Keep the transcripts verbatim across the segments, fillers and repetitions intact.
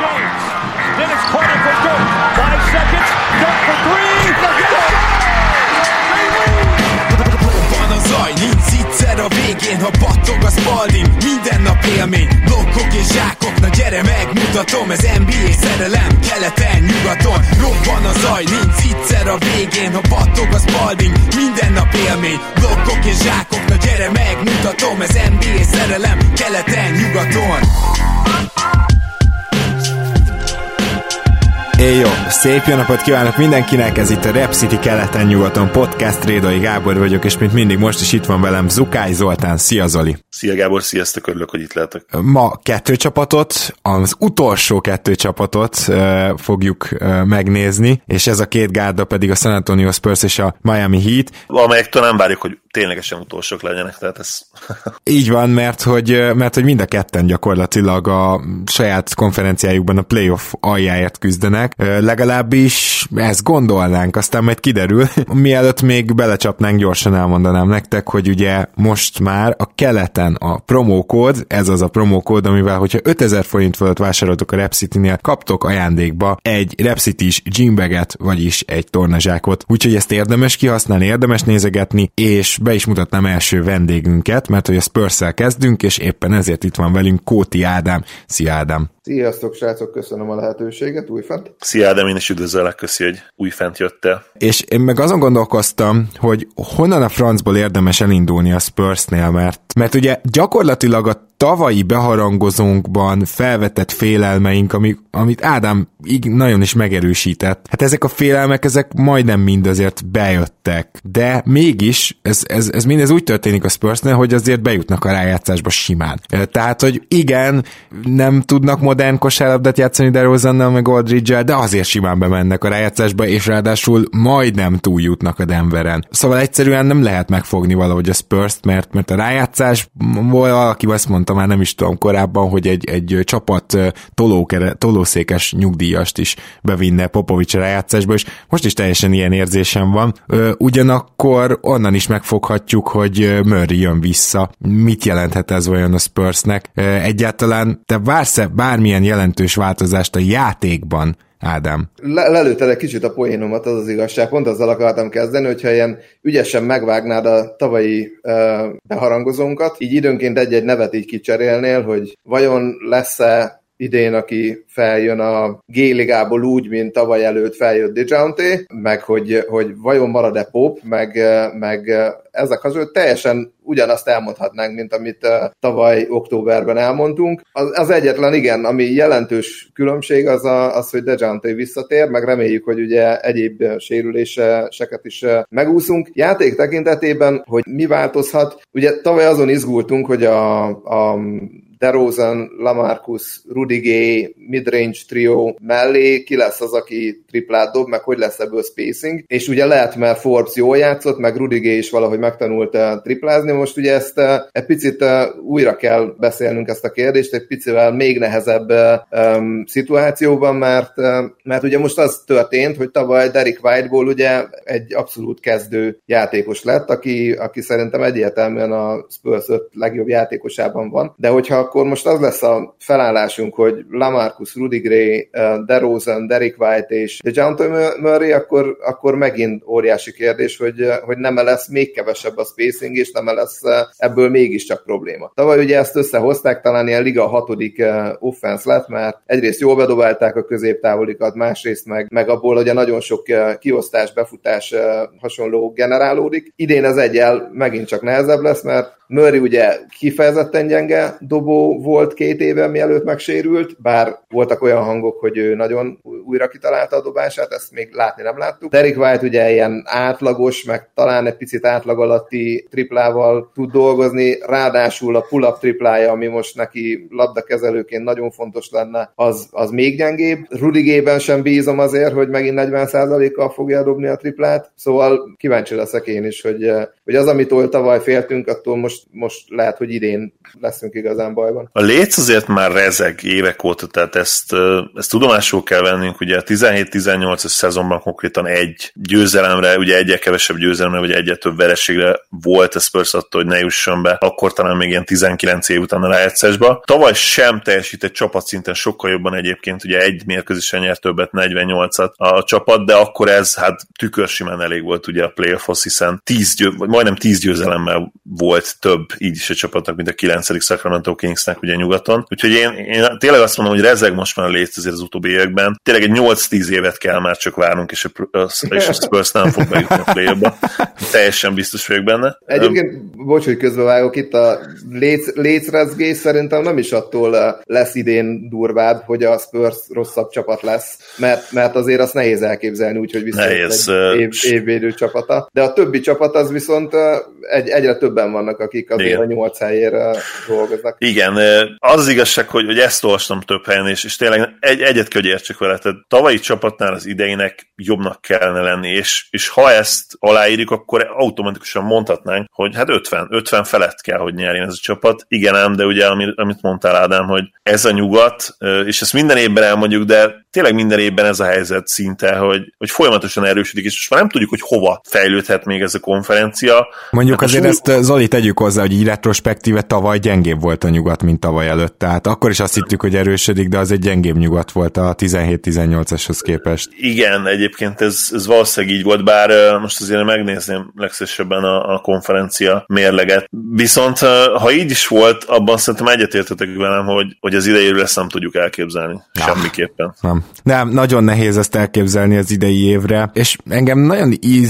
James. Dennis corner for Dirk. Five seconds. Dirk for three. Van a zaj, nincs egyszer a végén, ha battog a Spalding. Minden nap élmény, blokkok és zsákok. Na gyere megmutatom, ez en bé á szerelem. Keleten, nyugaton, robban a zaj, nincs egyszer a végén, ha battog a Spalding. Minden nap élmény, blokkok és zsákok. Na gyere megmutatom, ez en bé á szerelem. Keleten, nyugaton. Éj jó, szép jó napot kívánok mindenkinek, ez itt a Rep City keleten-nyugaton podcast, Rédai Gábor vagyok, és mint mindig most is itt van velem Zukály Zoltán. Szia Zoli! Szia Gábor, sziasztok, örülök, hogy itt lehetek. Ma kettő csapatot, az utolsó kettő csapatot uh, fogjuk uh, megnézni, és ez a két gárda pedig a San Antonio Spurs és a Miami Heat. Amelyektől nem várjuk, hogy ténylegesen utolsók legyenek, tehát ez... Így van, mert hogy, mert hogy mind a ketten gyakorlatilag a saját konferenciájukban a playoff aljáért küzdenek, legalábbis ezt gondolnánk, aztán majd kiderül. Mielőtt még belecsapnánk, gyorsan elmondanám nektek, hogy ugye most már a keleten a promókód, ez az a promókód, amivel hogyha ötezer forint fölött vásároltok a Rep City-nél, kaptok ajándékba egy Rep City-s gymbaget, vagyis egy tornazsákot. Úgyhogy ezt érdemes kihasználni, érdemes nézegetni, és be is mutatnám első vendégünket, mert hogy a Spurs-szel kezdünk, és éppen ezért itt van velünk Kóti Ádám. Szia Ádám! Sziasztok, srácok, köszönöm a lehetőséget, újfent. Szia Ádám, én is üdvözöllek, köszi, hogy újfent jöttél. És én meg azon gondolkoztam, hogy honnan a francból érdemes elindulni a Spursnél, mert, mert ugye gyakorlatilag a tavalyi beharangozónkban felvetett félelmeink, amik, amit Ádám így nagyon is megerősített. Hát ezek a félelmek, ezek majdnem mind azért bejöttek, de mégis ez, ez, ez mindez úgy történik a Spursnél, hogy azért bejutnak a rájátszásba simán. Tehát, hogy igen, nem tudnak modern kosárlabdát játszani DeRozannal meg Aldridge-el, de azért simán bemennek a rájátszásba, és ráadásul majdnem túljutnak a Denveren. Szóval egyszerűen nem lehet megfogni valahogy a Spurst, mert, mert a rájátszásból valaki azt mondta, már nem is tudom korábban, hogy egy, egy csapat tolókere, tolószékes nyugdíjast is bevinne Popovics a rájátszásba, és most is teljesen ilyen érzésem van. Ugyanakkor onnan is megfoghatjuk, hogy Murray jön vissza. Mit jelenthet ez olyan a Spursnek? Egyáltalán te vársz-e bármilyen jelentős változást a játékban, Ádám? Le- lelőtted egy kicsit a poénomat, az az igazság. Pont azzal akartam kezdeni, hogyha ilyen ügyesen megvágnád a tavalyi uh, beharangozónkat, így időnként egy-egy nevet így kicserélnél, hogy vajon lesz-e idén, aki feljön a G-ligából úgy, mint tavaly előtt feljött DeJounte, meg hogy, hogy vajon marad-e Pop, meg, meg ezek az ő teljesen ugyanazt elmondhatnánk, mint amit tavaly októberben elmondtunk. Az, az egyetlen, igen, ami jelentős különbség az, a, az hogy DeJounte visszatér, meg reméljük, hogy ugye egyéb sérüléseket is megúszunk. Játék tekintetében, hogy mi változhat, ugye tavaly azon izgultunk, hogy a, a DeRozan, LaMarcus, Rudy Gay, midrange trio mellé ki lesz az, aki triplát dob, meg hogy lesz ebből spacing, és ugye lehet, mert Forbes jól játszott, meg Rudy Gay is valahogy megtanult triplázni, most ugye ezt egy picit újra kell beszélnünk ezt a kérdést, egy picivel még nehezebb um, szituációban, mert, mert ugye most az történt, hogy tavaly Derrick Whiteból ugye egy abszolút kezdő játékos lett, aki, aki szerintem egyértelműen a Spurs öt legjobb játékosában van, de hogyha akkor most az lesz a felállásunk, hogy LaMarcus, Rudy Gay, DeRozan, Derrick White és DeJounte Murray, akkor, akkor megint óriási kérdés, hogy, hogy nem lesz még kevesebb a spacing, és nem lesz ebből mégiscsak probléma. Tavaly ugye ezt összehozták, talán ilyen liga hatodik offense lett, mert egyrészt jól bedobálták a középtávolikat, másrészt meg, meg abból ugye nagyon sok kiosztás, befutás hasonló generálódik. Idén ez egyel megint csak nehezebb lesz, mert Murray ugye kifejezetten gyenge dobó volt két éve, mielőtt megsérült, bár voltak olyan hangok, hogy ő nagyon újra kitalálta a dobását, ezt még látni nem láttuk. Derrick White ugye ilyen átlagos, meg talán egy picit átlag alatti triplával tud dolgozni, ráadásul a pull-up triplája, ami most neki labdakezelőként nagyon fontos lenne, az, az még gyengébb. Rudy Gayben sem bízom azért, hogy megint negyven százalékkal fogja dobni a triplát, szóval kíváncsi leszek én is, hogy, hogy az, amitől tavaly féltünk, attól most most, most lehet, hogy idén leszünk igazán bajban. A Léc azért már rezeg évek óta, tehát ezt, ezt tudomásul kell vennünk, ugye a tizenhét tizennyolcas szezonban konkrétan egy győzelemre, ugye egyre kevesebb győzelemre, vagy egyre több vereségre volt a Spurs attól, hogy ne jusson be, akkor talán még ilyen tizenkilenc év után a rájátszásba. Tavaly sem teljesített csapatszinten sokkal jobban egyébként, ugye egy mérkőzésen nyert többet, negyvennyolcat a csapat, de akkor ez hát tükörsimán elég volt ugye a playoffhoz, hiszen tíz győ, vagy majdnem tíz győzelemmel volt több így is a csapatnak, mint a kilencedik Sacramento Kingsnek ugye nyugaton. Úgyhogy én, én tényleg azt mondom, hogy rezeg most már a Léc azért az utóbbi években. Tényleg egy nyolc-tíz évet kell már csak várnunk, és a, és a Spurs nem fog bejutni a play-ba. Teljesen biztos vagyok benne. Egyébként, bocs, hogy közbevágok, itt a léc, lécrezgés szerintem nem is attól lesz idén durvább, hogy a Spurs rosszabb csapat lesz, mert, mert azért azt nehéz elképzelni úgy, hogy viszont nehéz, egy év, évvédő csapata. De a többi csapat az viszont egy, egyre többen vannak, akik azért igen. a nyolc helyére dolgoznak. Igen, az az igazság, hogy, hogy ezt olvastam több helyen, és, és tényleg egy, egyet kell, hogy értsek vele, tehát tavalyi csapatnál az idejének jobbnak kellene lenni, és, és ha ezt aláírjuk, akkor automatikusan mondhatnánk, hogy hát ötven, ötven felett kell, hogy nyerjen ez a csapat. Igen ám, de ugye amit, amit mondtál Ádám, hogy ez a nyugat, és ezt minden évben elmondjuk, de tényleg minden évben ez a helyzet szinte, hogy, hogy folyamatosan erősödik, és most már nem tudjuk, hogy hova fejlődhet még ez a konferencia. Mondjuk hát azért most ezt, Zoli, tegyük hozzá, hogy így retrospektíve tavaly gyengébb volt a nyugat, mint tavaly előtt. Tehát akkor is azt hittük, hogy erősödik, de az egy gyengébb nyugat volt a tizenhét tizennyolcashoz képest. Igen, egyébként ez, ez valószínűleg így volt, bár most azért megnézném legszívesebben a, a konferencia mérleget. Viszont ha így is volt, abban szerintem egyetértetek velem, hogy, hogy az idejéről ezt nem tudjuk elképzelni. Ja. Semmiképpen. Nem. Nem, nagyon nehéz ezt elképzelni az idei évre, és engem nagyon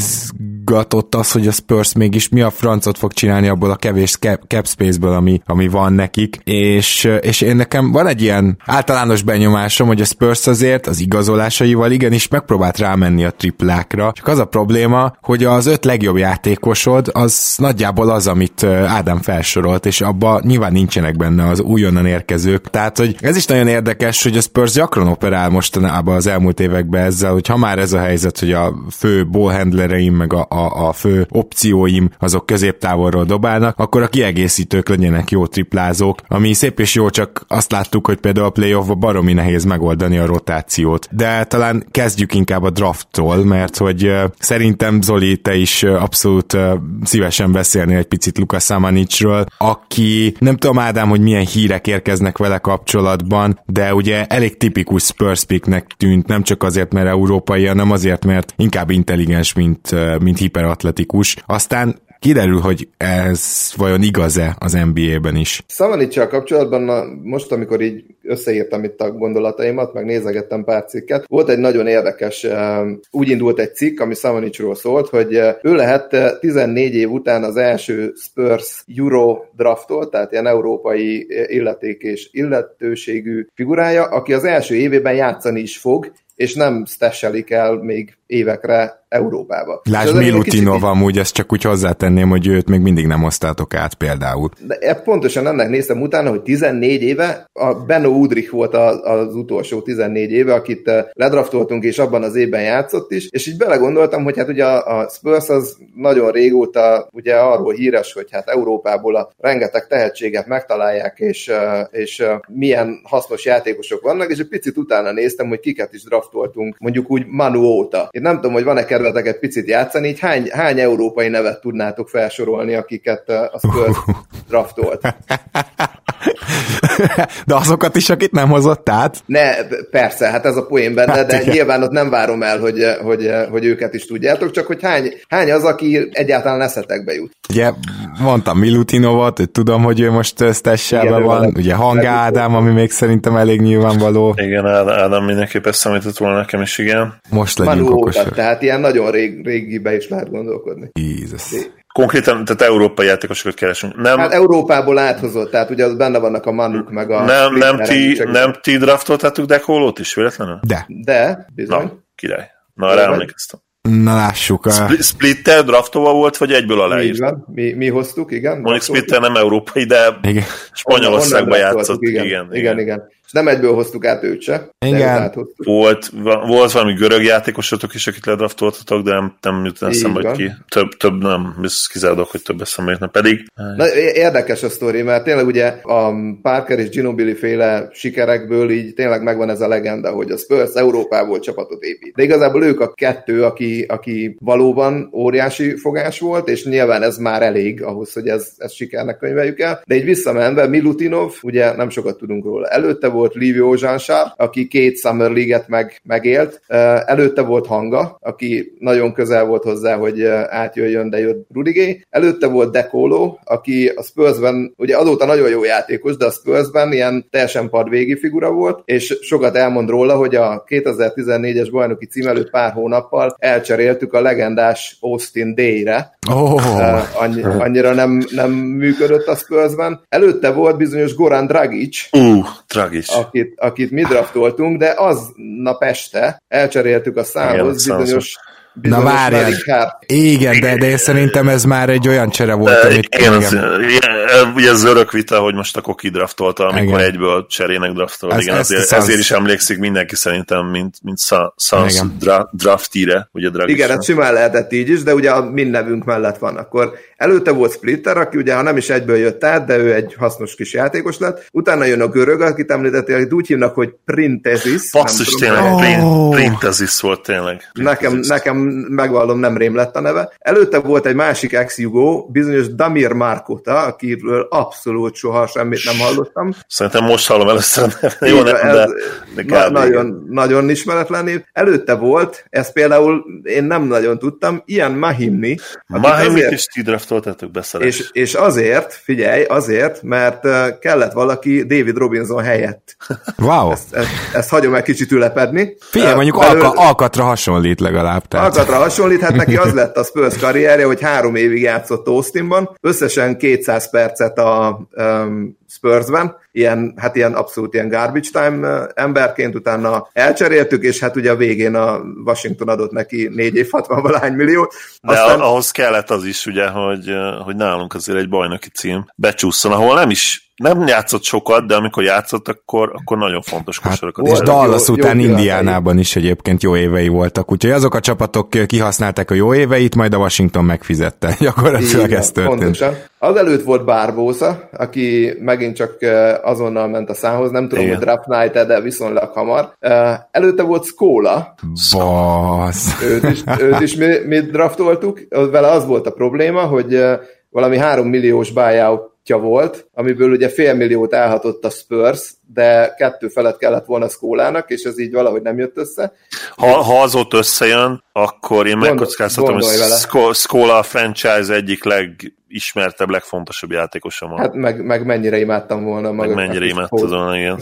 izgatott az, hogy a Spurs mégis mi a francot fog csinálni abból a kevés cap, cap space-ből, ami, ami van nekik, és, és én nekem van egy ilyen általános benyomásom, hogy a Spurs azért az igazolásaival igenis megpróbált rámenni a triplákra, csak az a probléma, hogy az öt legjobb játékosod az nagyjából az, amit Ádám felsorolt, és abban nyilván nincsenek benne az újonnan érkezők, tehát hogy ez is nagyon érdekes, hogy a Spurs gyakran operál mostanában az elmúlt években ezzel, hogy ha már ez a helyzet, hogy a fő ballhandlereim, meg a, a, a fő opcióim, azok középtávolról dobálnak, akkor a kiegészítők legyenek jó triplázók, ami szép és jó, csak azt láttuk, hogy például a playoffban baromi nehéz megoldani a rotációt. De talán kezdjük inkább a drafttól, mert hogy uh, szerintem Zoli, te is uh, abszolút uh, szívesen beszélnél egy picit Luka Samanicsről, aki nem tudom, Ádám, hogy milyen hírek érkeznek vele kapcsolatban, de ugye elég tipikus Spurs picknek tűnt, nem csak azért, mert európai, hanem azért, mert inkább intelligens, mint, uh, mint hiperatletikus. Aztán kiderül, hogy ez vajon igaz-e az en bé á-ben is. Samanicsal kapcsolatban na, most, amikor így összeírtam itt a gondolataimat, meg nézegettem pár cikket, volt egy nagyon érdekes, úgy indult egy cikk, ami Samanicsról szólt, hogy ő lehet tizennégy év után az első Spurs Euro draftolt, tehát ilyen európai illeték és illetőségű figurája, aki az első évében játszani is fog, és nem stashelik el még évekre Európába. Lásd, Milutinov kicsit... amúgy, ezt csak úgy hozzátenném, hogy őt még mindig nem osztátok át például. De pontosan ennek néztem utána, hogy tizennégy éve, a Benno Udrich volt az, az utolsó tizennégy éve, akit ledraftoltunk, és abban az évben játszott is, és így belegondoltam, hogy hát ugye a, a Spurs az nagyon régóta ugye arról híres, hogy hát Európából a rengeteg tehetséget megtalálják, és, és milyen hasznos játékosok vannak, és egy picit utána néztem, hogy kiket is draftoltunk, mondjuk úgy Manu óta. Én nem tudom, hogy van-e kedvetek egy picit játszani, így hány, hány európai nevet tudnátok felsorolni, akiket a Spurs draftolt? De azokat is, akit nem hozott át? Ne, persze, hát ez a poén benne, hát de igen. Nyilván ott nem várom el, hogy, hogy, hogy őket is tudjátok, csak hogy hány, hány az, aki egyáltalán eszetekbe jut. Ugye mondtam Milutinovot, hogy tudom, hogy ő most stash-elben van, van, ugye Hang Ádám, ami még szerintem elég nyilvánvaló. Igen, Ádám mindenképp számított volna nekem is, igen. Most legyünk okosak. Tehát ilyen nagyon rég, régibe is lehet gondolkodni. Jézus. Konkrétan, tehát európai játékosokat keresünk. Nem, hát Európából áthozott, tehát ugye az benne vannak a Manuk, meg a... Nem, nem, ti, nem ti draftoltátok Dekolót is, véletlenül? De. De, bizony. Na, király. Na, rá emlékeztem. Na, lássuk. Spl- Splitter draftolva volt, vagy egyből aláírt? Mi, mi hoztuk, igen. Mondjuk Splitter nem európai, de igen. Spanyolországban játszott. Igen, igen, igen. igen. nem egyből hoztuk át őt se. Igen. Volt, volt valami görög játékosotok is, akit ledraftoltatok, de nem, nem jut eszembe, hogy ki. Több, több nem, biztos kizáródok, hogy több eszembe jutna. Pedig... Na, érdekes a sztori, mert tényleg ugye a Parker és Ginobili féle sikerekből így tényleg megvan ez a legenda, hogy a Spurs Európából csapatot épít. De igazából ők a kettő, aki, aki valóban óriási fogás volt, és nyilván ez már elég ahhoz, hogy ez, ez sikernek könyveljük el. De így visszamenve, Milutinov, ugye nem sokat tudunk róla. Előtte volt Livio Janchar, aki két Summer League-et meg, megélt. Előtte volt Hanga, aki nagyon közel volt hozzá, hogy átjöjjön, de jött Rudigé. Előtte volt Decolo, aki a Spursben, ugye azóta nagyon jó játékos, de a Spursben ilyen teljesen padvégi figura volt, és sokat elmond róla, hogy a kétezer-tizennégyes bajnoki cím előtt pár hónappal elcseréltük a legendás Austin Day-re. Oh. Annyi, annyira nem, nem működött a Spursben. Előtte volt bizonyos Goran Dragic, uh, Dragic. Akit, akit mi draftoltunk, de aznap este elcseréltük a számhoz bizonyos Na várjál, igen, de, de én szerintem ez már egy olyan csere volt, de, amit... Igen, az, ugye ez örök vita, hogy most akkor ki draftolta, amikor igen. egyből cserének draftolta. Igen, ezért, ezért az... is emlékszik mindenki szerintem, mint, mint Suns dra, draftire, ugye Dragic. Igen, ez simán lehetett így is, de ugye a mi nevünk mellett van. Akkor előtte volt Splitter, aki ugye ha nem is egyből jött át, de ő egy hasznos kis játékos lett. Utána jön a görög, akit említettél, akit úgy hívnak, hogy Printezis. Basszus, tényleg, oh. Printezis volt tényleg. Nekem, nekem megvallom, nem rém lett a neve. Előtte volt egy másik ex-jugó, bizonyos Damir Markota, akiről abszolút soha semmit nem hallottam. Szerintem most hallom először. Jó, nem, de, de na, nagyon, nagyon ismeretlen név. Előtte volt, ezt például én nem nagyon tudtam, Ian Mahimni. Mahimnit is ti draftoltatok beszeres. És, és azért, figyelj, azért, mert kellett valaki David Robinson helyett. Wow. Ezt, ezt, ezt hagyom egy kicsit ülepedni. Figyelj, mondjuk Belül... alka, alkatra hasonlít legalább. Tehát. Alkatra hasonlít, hát neki az lett a Spurs karrierje, hogy három évig játszott Austinban, összesen kétszáz percet a um, Spursben, ilyen, hát ilyen abszolút ilyen garbage time emberként, utána elcseréltük, és hát ugye a végén a Washington adott neki négy év hatvan-valahány milliót. Aztán... De ahhoz kellett az is, ugye, hogy, hogy nálunk azért egy bajnoki cím becsúszson, ahol nem is nem játszott sokat, de amikor játszott, akkor, akkor nagyon fontos kosarakat. Hát, és Dallas jó, után jó Indiánában is egyébként jó évei voltak, úgyhogy azok a csapatok kihasználták a jó éveit, majd a Washington megfizette. Gyakorlatilag ez történt. Pontosan. Azelőtt volt Barbosa, aki megint csak azonnal ment a számhoz, nem tudom, igen. hogy draft night, de viszonylag hamar. Előtte volt Scola. Basz. Őt is, őt is mi, mi draftoltuk. Vele az volt a probléma, hogy valami három milliós buyout volt, amiből ugye fél milliót elhatott a Spurs, de kettő felett kellett volna Scolának, és ez így valahogy nem jött össze. Ha, ha az ott összejön, akkor én megkockáztatom, hogy Scola a franchise egyik legismertebb, legfontosabb játékosa van. Hát meg, meg mennyire imádtam volna maga. Meg mennyire imádtad volna, igen.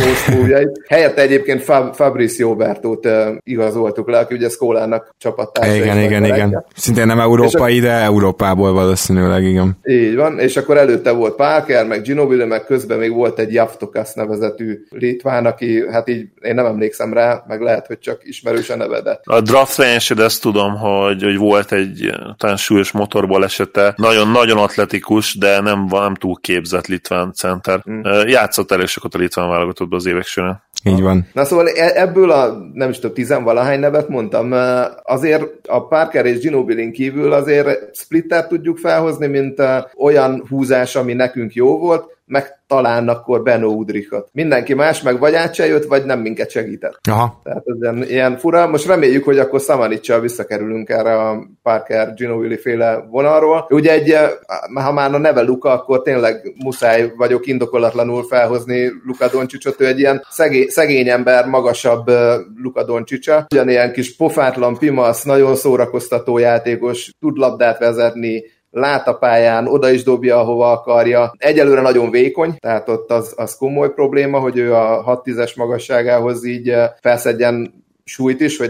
Helyette egyébként Fab, Fabrice Jobertot uh, igazoltuk le, aki ugye Scolának csapattársa. Igen, igen, igen. Szintén nem európai, a... de Európából valószínűleg, igen. Így van, és akkor előtte volt Parker, meg Ginobili, meg közben még volt egy Javtokas nevezetű litván, aki, hát így én nem emlékszem rá, meg lehet, hogy csak ismerős a neve, de... A draft range-ed ezt tudom, hogy, hogy volt egy talán súlyos motorból esete, nagyon-nagyon atletikus, de nem, nem túl képzett litván center. Hmm. Játszott elég sokat a litván válogatottban az évek során. Így van. Na szóval ebből a, nem is tudom, tizenvalahány nevet mondtam, azért a Parker és Ginobilin kívül azért Splitter tudjuk felhozni, mint olyan húzás, ami nekünk jó volt, meg talán akkor Benno Udrichot. Mindenki más meg vagy átse vagy nem minket segített. Aha. Tehát ez ilyen, ilyen fura. Most reméljük, hogy akkor Samanic-sal visszakerülünk erre a Parker Ginobili féle vonalról. Ugye egy, ha már a neve Luka, akkor tényleg muszáj vagyok indokolatlanul felhozni Luka Doncsicsot. Ő egy ilyen szegény, szegény ember, magasabb Luka Doncsicsa. Ugyanilyen kis pofátlan, pimasz, nagyon szórakoztató játékos, tud labdát vezetni, lát a pályán, oda is dobja, ahova akarja. Egyelőre nagyon vékony, tehát ott az, az komoly probléma, hogy ő a hat tízes magasságához így felszedjen súlyt is, hogy ne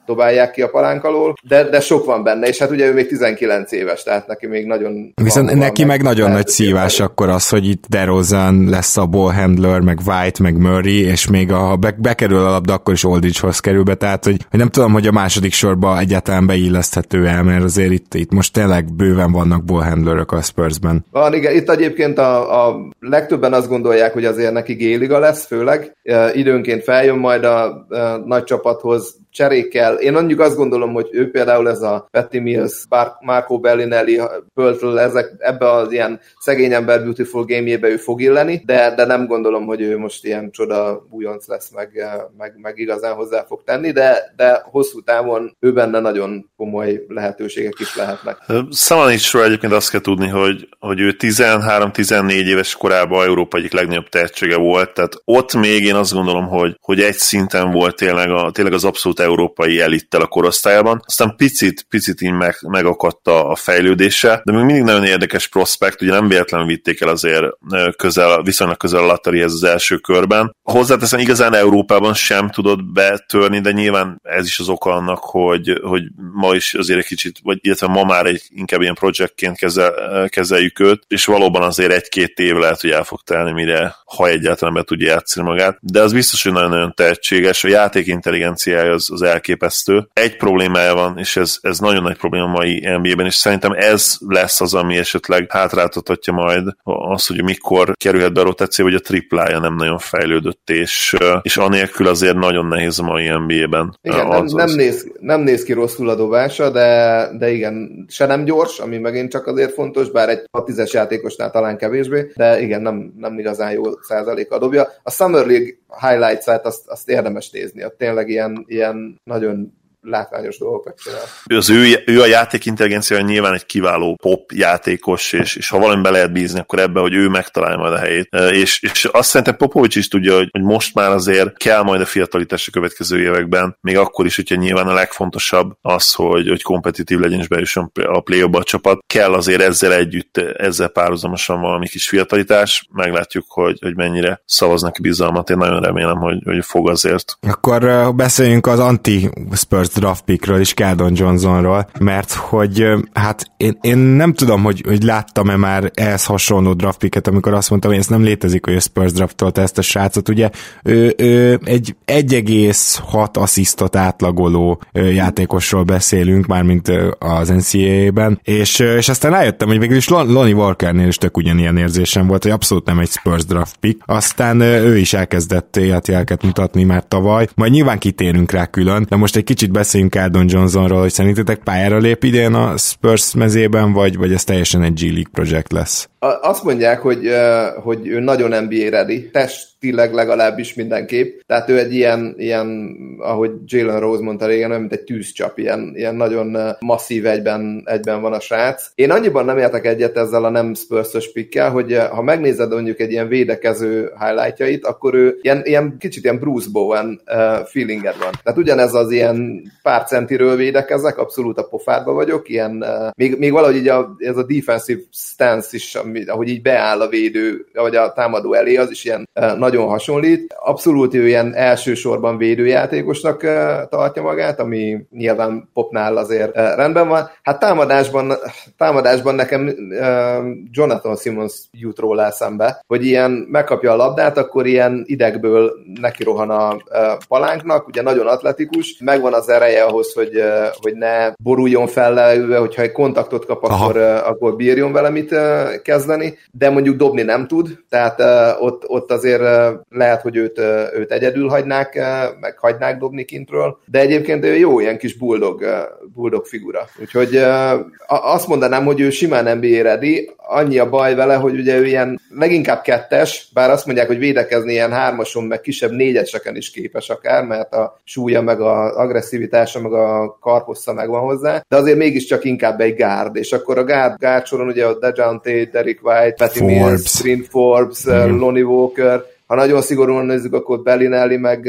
dobálják ki a palánk alól, de, de sok van benne, és hát ugye ő még tizenkilenc éves, tehát neki még nagyon... Viszont van, neki meg, meg nagyon nagy szívás meg. Akkor az, hogy itt DeRozan lesz a ball handler, meg White, meg Murray, és még ha be, bekerül a labda, akkor is Aldridgehoz kerül be, tehát hogy, hogy nem tudom, hogy a második sorba egyáltalán beilleszthető el, mert azért itt, itt most tényleg bőven vannak ball handlerök a Spursben. Van, igen, itt egyébként a, a legtöbben azt gondolják, hogy azért neki G-liga lesz, főleg. E, időnként feljön majd a e, nagy csapathoz cserékkel. Én mondjuk azt gondolom, hogy ő például ez a Patty Mills, Bar- Marco Bellinelli, Pöltl, ezek ebbe az ilyen szegény ember beautiful game-jébe ő fog illeni, de, de nem gondolom, hogy ő most ilyen csoda újonc lesz, meg, meg, meg igazán hozzá fog tenni, de, de hosszú távon ő benne nagyon komoly lehetőségek is lehetnek. Szamanicsról egyébként azt kell tudni, hogy, hogy ő tizenhárom-tizennégy éves korában Európa egyik legnagyobb tehetsége volt, tehát ott még én azt gondolom, hogy, hogy egy szinten volt tényleg, a, tényleg az abszolút európai elittel a korosztályában, aztán picit, picit így meg, megakadt a fejlődése, de még mindig nagyon érdekes prospekt, ugye nem véletlenül vitték el azért közel, viszonylag közel a Latterihez az első körben. Hozzáteszem, igazán Európában sem tudott betörni, de nyilván ez is az oka annak, hogy, hogy ma is azért egy kicsit, vagy illetve ma már egy, inkább ilyen projektként kezel, kezeljük őt, és valóban azért egy-két év lehet, hogy el fog telni, mire ha egyáltalán be tudja játszani magát, de az biztos, hogy nagyon-nagyon tehetséges, a játék intelligenciája az, az elképesztő. Egy problémája van, és ez, ez nagyon nagy probléma a mai en bé á-ben, és szerintem ez lesz az, ami esetleg hátráltathatja majd az, hogy mikor kerülhet be a rotáció, hogy a triplája nem nagyon fejlődött, és, és anélkül azért nagyon nehéz a mai en bé á-ben. Igen, nem, nem, néz, nem néz ki rosszul a dobása, de, de igen, se nem gyors, ami megint csak azért fontos, bár egy hat tízes játékosnál talán kevésbé, de igen, nem, nem igazán jó százaléka dobja. A Summer League highlights-át azt, azt érdemes nézni, ott tényleg ilyen, ilyen nagyon látványos dolgokat csinál. Az ő, ő a játék intelligencia nyilván egy kiváló pop játékos, és, és ha valamiben lehet bízni, akkor ebbe, hogy ő megtalálja majd a helyét. És, és azt szerintem Popovics is tudja, hogy, hogy most már azért kell majd a fiatalítás a következő években, még akkor is, hogyha nyilván a legfontosabb az, hogy, hogy kompetitív legyen és bejusson a play-offba a csapat. Kell azért ezzel együtt, ezzel párhuzamosan valami kis fiatalítás. Meglátjuk, hogy, hogy mennyire szavaznak bizalmat. Én nagyon remélem, hogy, hogy fog azért. Akkor beszéljünk az anti-Spurs draft pickről is, Keldon Johnsonról, mert hogy hát én, én nem tudom, hogy, hogy láttam-e már ehhez hasonló draft picket, amikor azt mondtam, hogy ez nem létezik, hogy a Spurs draftolta ezt a srácot, ugye ő, ő egy egy egész hat asszisztot átlagoló játékosról beszélünk, mármint az en cé á á-ben, és, és aztán rájöttem, hogy végül is Lonnie Walkernél is tök ugyanilyen érzésem volt, hogy abszolút nem egy Spurs draft pick, aztán ő is elkezdett életjelket mutatni már tavaly, majd nyilván kitérünk rá külön, de most egy kicsit beszéljünk Keldon Johnsonról, hogy szerintetek pályára lép idén a Spurs mezében, vagy, vagy ez teljesen egy G-League projekt lesz? Azt mondják, hogy, hogy ő nagyon en bé á ready, testileg legalábbis mindenképp, tehát ő egy ilyen, ilyen ahogy Jalen Rose mondta régen, olyan, mint egy tűzcsap, ilyen, ilyen nagyon masszív egyben, egyben van a srác. Én annyiban nem értek egyet ezzel a nem Spurs-ös pickkel, hogy ha megnézed mondjuk egy ilyen védekező highlightjait, akkor ő ilyen, ilyen kicsit ilyen Bruce Bowen feelinged van. Tehát ugyanez az ilyen pár centiről védekezek, abszolút a pofádba vagyok, ilyen, még, még valahogy így a, ez a defensive stance is, ahogy így beáll a védő, vagy a támadó elé, az is ilyen nagyon hasonlít. Abszolút ő ilyen elsősorban védőjátékosnak tartja magát, ami nyilván Popnál azért rendben van. Hát támadásban, támadásban nekem Jonathan Simmons jut róla eszembe, hogy ilyen megkapja a labdát, akkor ilyen idegből neki rohan a palánknak, ugye nagyon atletikus, megvan az ereje ahhoz, hogy, hogy ne boruljon fel leülve, hogyha egy kontaktot kap, akkor, akkor bírjon vele mit kezdeni, de mondjuk dobni nem tud, tehát uh, ott, ott azért uh, lehet, hogy őt, uh, őt egyedül hagynák, uh, meg hagynák dobni kintről, de egyébként ő jó, ilyen kis bulldog, uh, bulldog figura. Úgyhogy uh, azt mondanám, hogy ő simán en bé á ready, annyi a baj vele, hogy ugye ő ilyen leginkább kettes, bár azt mondják, hogy védekezni ilyen hármason, meg kisebb négyeseken is képes akár, mert a súlya, meg az agresszivitása, meg a karhossza megvan hozzá, de azért mégiscsak inkább egy guard, és akkor a guard, guard soron ugye a DeJounte, Derek White, Patty Mills, Bryn Forbes, mm. Lonnie Walker, ha nagyon szigorúan nézzük, akkor Bellinelli, meg,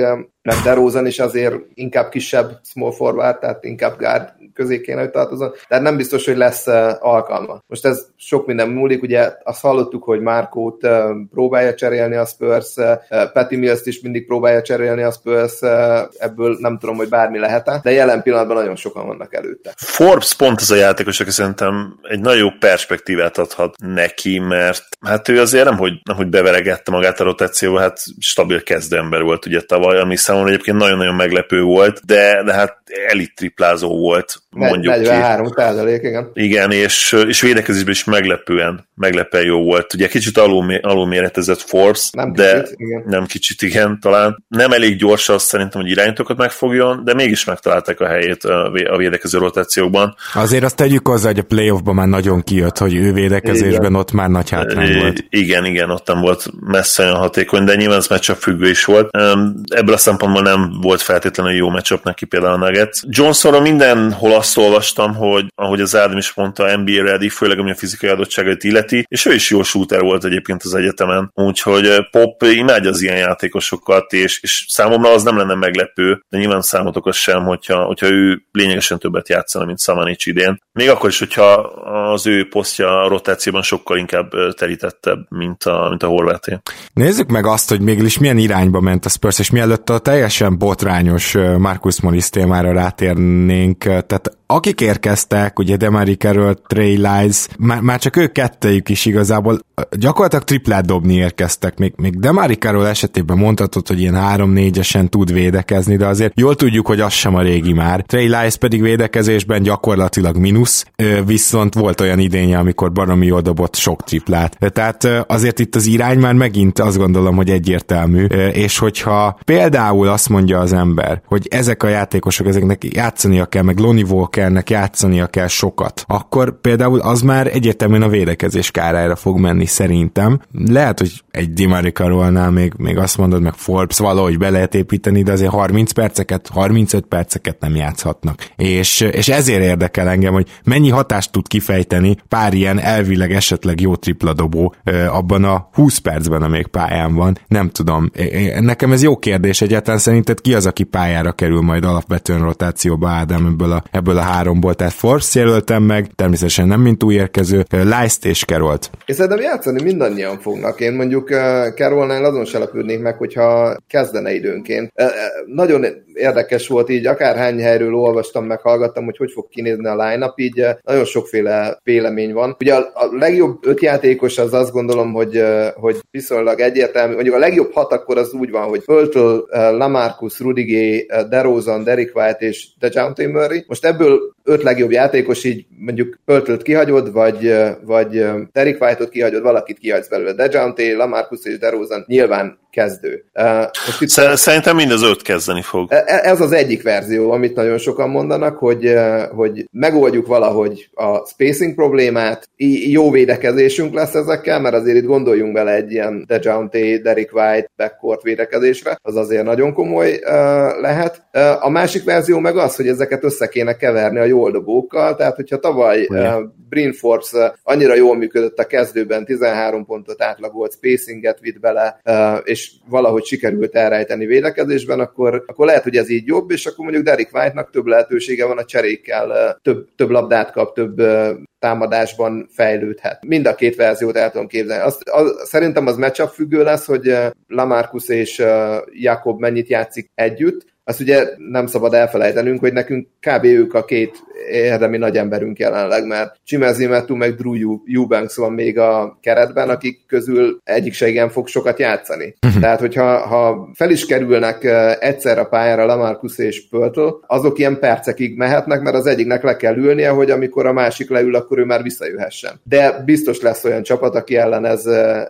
meg DeRozan is azért inkább kisebb small forward, tehát inkább guard közé kéne, hogy tartozon. Tehát nem biztos, hogy lesz alkalma. Most ez sok minden múlik, ugye azt hallottuk, hogy Markót próbálja cserélni a Spurs, Patty Mills-t is mindig próbálja cserélni a Spurs, ebből nem tudom, hogy bármi lehet-e, de jelen pillanatban nagyon sokan vannak előtte. Forbes pont az a játékos, aki szerintem egy nagyon jó perspektívát adhat neki, mert hát ő azért nem, hogy, nem, hogy beveregette magát a rotációba, hát stabil kezdőember volt ugye tavaly, ami számomra egyébként nagyon-nagyon meglepő volt, de, de hát elit triplázó volt, mondjuk negyvenhárom százalék, igen. Igen, és, és védekezésben is meglepően, meglepően jó volt. Ugye kicsit alul, alulméretezett Forbes, nem de kicsit, igen. nem kicsit, igen, talán. Nem elég gyors azt szerintem, hogy irányítókat megfogjon, de mégis megtalálták a helyét a védekező rotációkban. Azért azt tegyük hozzá, hogy a playoffban már nagyon kijött, hogy ő védekezésben igen. Ott már nagy hátrány volt. Igen, igen, ott nem volt messze olyan hatékony, de nyilván ez matchup függő is volt. Ebből a szempontból nem volt feltétlenül jó matchup neki például a Nuggets. Johnsonról mindenhol azt olvastam, hogy ahogy az Ádám is mondta, en bé á ready, főleg ami a fizikai adottságait illeti, és ő is jó shooter volt egyébként az egyetemen, úgyhogy Pop imádja az ilyen játékosokat, és, és számomra az nem lenne meglepő, de nyilván számotokos sem, hogyha, hogyha ő lényegesen többet játszana, mint Samanic idén. Még akkor is, hogyha az ő posztja a rotációban sokkal inkább terítettebb, mint a, mint a horváté. Nézzük meg azt, hogy mégis milyen irányba ment a Spurs, és mielőtt a teljesen botrányos Marcus Morris témára rátérnénk, tehát akik érkeztek, ugye DeMarre Carroll, Trey Lyles, már, már csak ők kettejük is igazából gyakorlatilag triplát dobni érkeztek. Még, még DeMarre Carroll esetében mondhatod, hogy ilyen három-négyesen tud védekezni, de azért jól tudjuk, hogy az sem a régi már. Trey Lyles pedig védekezésben gyakorlatilag mínusz, viszont volt olyan idénye, amikor baromi jól dobott sok triplát. Tehát azért itt az irány már megint azt gondolom, hogy egyértelmű, és hogyha például azt mondja az ember, hogy ezek a játékosok, ezeknek játszania kell, meg Lonnie Walkernek játszania kell sokat, akkor például az már egyértelműen a védekezés kárára fog menni szerintem. Lehet, hogy egy DeMarre Carrollnál még, még azt mondod, meg Forbes valahogy be lehet építeni, de azért harminc perceket, harmincöt perceket nem játszhatnak. És, és ezért érdekel engem, hogy mennyi hatást tud kifejteni pár ilyen elvileg esetleg jó tripladobó abban a húsz percben, amíg pályán van. Nem tudom. Nekem ez jó kérdés egyáltalán. Szerinted ki az, aki pályára kerül majd alapvetően rotációba, Ádám, ebből a, ebből a háromból? Tehát Forbes jelöltem meg, természetesen nem mint új érkező, Lyles-t és Carrollt. És szerintem játszani mindannyian fognak. Én mondjuk Carrollnál azon se lepődnék meg, hogyha kezdene időnként. Nagyon érdekes volt így, akárhány helyről olvastam, meg hallgattam, hogy hogy fog kinézni a line-up, így nagyon sokféle vélemény van. Ugye a, a legjobb öt játékos az azt gondolom, hogy, hogy viszonylag egyértelmű, mondjuk a legjobb hat akkor az úgy van, hogy Poeltl, Lamarcus, Rudy Gay, DeRozan, Derrick White és DeJounte Murray. Most ebből öt legjobb játékos, így mondjuk Poeltlt kihagyod, vagy, vagy Derrick White-ot kihagyod, valakit kihagysz belőle. DeJounte, Lamarcus és DeRozan nyilván kezdő. Most itt Szerintem mind az öt kezdeni fog. Ez az egyik verzió, amit nagyon sokan mondanak, hogy, hogy megoldjuk valahogy a spacing problémát, jó védekezésünk lesz ezekkel, mert azért itt gondoljunk bele egy ilyen DeJounte, Derrick White backcourt védekezésre, az azért nagyon komoly lehet. A másik verzió meg az, hogy ezeket össze kéne keverni a jól dobókkal, tehát hogyha tavaly Bryn Forbes annyira jól működött a kezdőben, tizenhárom pontot átlagolt, spacinget vitt bele, és valahogy sikerült elrejteni védekezésben, akkor, akkor lehet, hogy ez így jobb, és akkor mondjuk Derrick White-nak több lehetősége van a cserékkel, több, több labdát kap, több támadásban fejlődhet. Mind a két verziót el tudom képzelni. Azt, az, szerintem az matchup függő lesz, hogy Lamarcus és Jakob mennyit játszik együtt. Azt ugye nem szabad elfelejtenünk, hogy nekünk kb. Ők a két érdemi nagy emberünk jelenleg, mert Chimezie Metu meg Drew Eubanks van még a keretben, akik közül egyik se igen fog sokat játszani. Uh-huh. Tehát, hogyha ha fel is kerülnek egyszer a pályára Lamarcus és Poeltl, azok ilyen percekig mehetnek, mert az egyiknek le kell ülnie, hogy amikor a másik leül, akkor ő már visszajöhessen. De biztos lesz olyan csapat, aki ellen ez,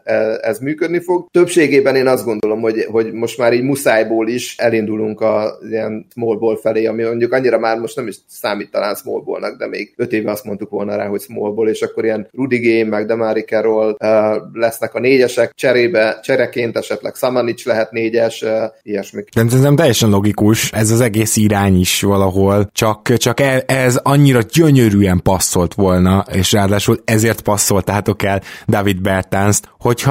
ez működni fog. Többségében én azt gondolom, hogy, hogy most már így muszájból is elindulunk a ilyen small ball felé, ami mondjuk annyira már most nem is számít talán small ballnak, de még öt éve azt mondtuk volna rá, hogy small ball, és akkor ilyen Rudy Gay, meg DeMarre Carroll uh, lesznek a négyesek, cserébe, csereként esetleg Samanic lehet négyes, uh, ilyesmik. De ez nem teljesen logikus, ez az egész irány is valahol, csak, csak ez annyira gyönyörűen passzolt volna, és ráadásul ezért passzoltátok el David Bertanszt, hogyha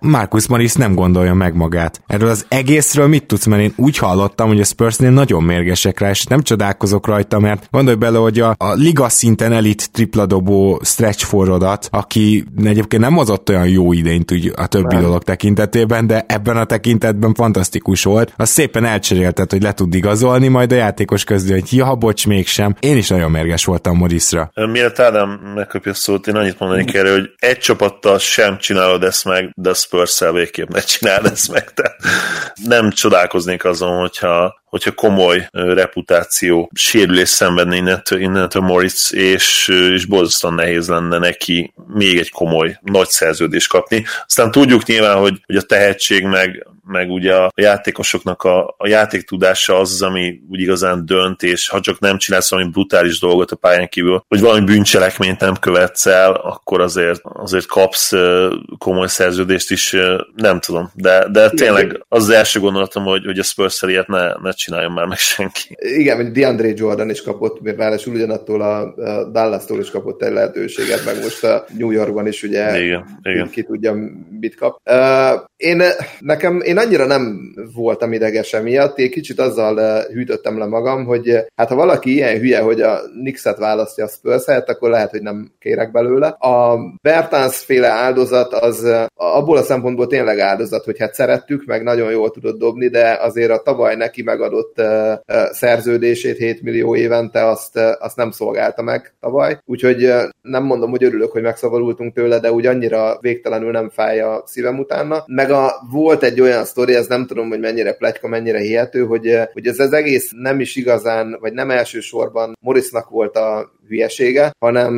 Marcus Morris nem gondolja meg magát. Erről az egészről mit tudsz, mert én úgy hallottam, hogy a Spursnél nagyon mérgesek rá, és nem csodálkozok rajta, mert gondolj bele, hogy a, a liga szinten elit tripladobó stretch forwardat, aki egyébként nem hozott olyan jó idényt úgy a többi dolog tekintetében, de ebben a tekintetben fantasztikus volt. Az szépen elcseréltet, hogy le tud igazolni, majd a játékos közül, hogy ja, bocs, mégsem. Én is nagyon mérges voltam Morrisra. Mielőtt Ádám megkapja szót, én annyit mondani kell, hogy egy csapattal sem csinálod ezt meg, de a Spurs-szel végképp ne csináld ezt meg. Tehát nem csodálkoznék azon, hogyha hogyha komoly reputáció sérülés szenvedne innentől, innentől Morris, és, és borzasztóan nehéz lenne neki még egy komoly, nagy szerződést kapni. Aztán tudjuk nyilván, hogy, hogy a tehetség meg, meg ugye a játékosoknak a, a játéktudása az, ami úgy igazán dönt, és ha csak nem csinálsz valami brutális dolgot a pályán kívül, hogy valami bűncselekményt nem követsz el, akkor azért, azért kapsz komoly szerződést is, nem tudom. De, de tényleg az, az első gondolatom, hogy, hogy a Spurs-szel ilyet ne, ne csináljon már meg senki. Igen, hogy DeAndre Jordan is kapott, mert ráadásul ugyanattól a Dallas-tól is kapott egy lehetőséget, meg most a New Yorkban is ugye igen, igen. ki tudja, mit kap. Uh, én, nekem, én annyira nem voltam ideges emiatt, én kicsit azzal hűtöttem le magam, hogy hát ha valaki ilyen hülye, hogy a Knicks-et választja a Spurs helyett, akkor lehet, hogy nem kérek belőle. A Bertans féle áldozat az abból a szempontból tényleg áldozat, hogy hát szerettük, meg nagyon jól tudott dobni, de azért a tavaly neki megadott szerződését hét millió évente, azt, azt nem szolgálta meg tavaly. Úgyhogy nem mondom, hogy örülök, hogy megszabadultunk tőle, de úgy annyira végtelenül nem fáj a szívem utána. Meg a, volt egy olyan sztori, ez nem tudom, hogy mennyire pletyka, mennyire hihető, hogy, hogy ez az egész nem is igazán, vagy nem elsősorban Morrisnak volt a hülyesége, hanem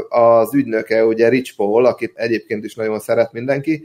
az ügynöke, ugye Rich Paul, akit egyébként is nagyon szeret mindenki,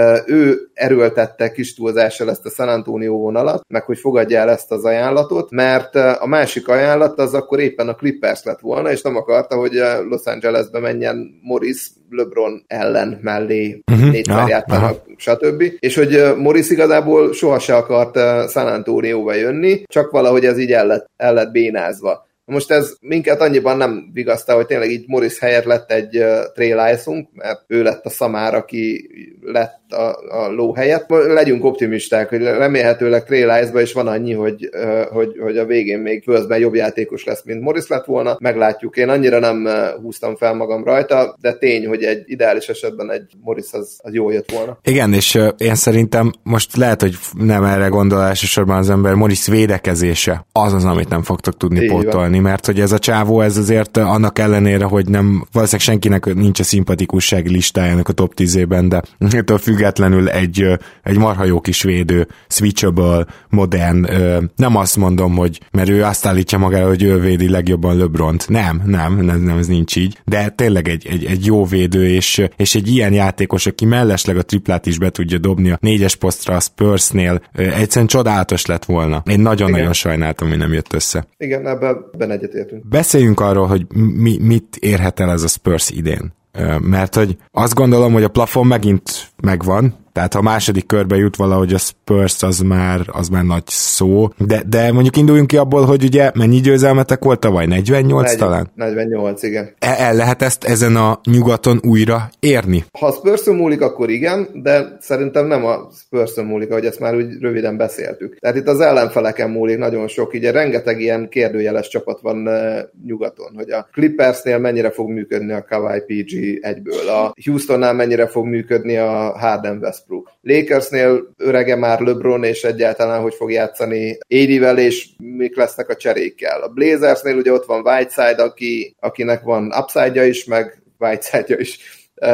ő erőltette kis túlzással ezt a San Antonio vonalat, meg hogy fogadja el ezt az ajánlatot, mert a másik ajánlat az akkor éppen a Clippers lett volna, és nem akarta, hogy Los Angelesbe menjen Morris LeBron ellen mellé uh-huh. négyszer játszanak, uh-huh. stb. És hogy Morris igazából soha se akart San Antonioba jönni, csak valahogy ez így el lett, el lett bénázva. Most ez minket annyiban nem vigasztal, hogy tényleg így Morris helyett lett egy uh, Trey Lyles-unk, mert ő lett a szamár, aki lett a, a ló helyett. Legyünk optimisták, hogy remélhetőleg Trey Lyles-ban is van annyi, hogy, uh, hogy, hogy a végén még fölözben jobb játékos lesz, mint Morris lett volna. Meglátjuk. Én annyira nem uh, húztam fel magam rajta, de tény, hogy egy ideális esetben egy Morris az, az jól jött volna. Igen, és uh, én szerintem most lehet, hogy nem erre gondol elsősorban az ember, Morris védekezése az az, amit nem fogtok tudni pótolni, mert hogy ez a csávó, ez azért annak ellenére, hogy nem, valószínűleg senkinek nincs a szimpatikussági listájának a top tízében, de ettől függetlenül egy, egy marha jó kis védő, switchable, modern, nem azt mondom, hogy mert ő azt állítja magára, hogy ő védi legjobban LeBront. Nem, nem, nem, nem ez nincs így, de tényleg egy, egy, egy jó védő, és, és egy ilyen játékos, aki mellesleg a triplát is be tudja dobni a négyes posztra a Spursnél, egyszerűen csodálatos lett volna. Én nagyon-nagyon Igen. sajnáltam, hogy nem jött össze. Igen, ebben egyetértünk. Beszéljünk arról, hogy mi, mit érhet el ez a Spurs idén. Mert hogy azt gondolom, hogy a plafon megint megvan, tehát ha a második körbe jut valahogy a Spurs, az már, az már nagy szó, de, de mondjuk induljunk ki abból, hogy ugye mennyi győzelmetek volt tavaly? negyvennyolc negyven, talán? negyvennyolc, igen. El, el lehet ezt ezen a nyugaton újra érni? Ha a Spurs-on múlik, akkor igen, de szerintem nem a Spurs-on múlik, ahogy ezt már úgy röviden beszéltük. Tehát itt az ellenfeleken múlik nagyon sok, ugye rengeteg ilyen kérdőjeles csapat van uh, nyugaton, hogy a Clippersnél mennyire fog működni a Kawhi pé gé egyből, a Houstonnál mennyire fog működni a Harden Westbrook. Lakersnél örege már LeBron, és egyáltalán hogy fog játszani á dé-vel, és mik lesznek a cserékkel. A Blazersnél ugye ott van Whiteside, aki, akinek van upside-ja is, meg Whiteside-ja is.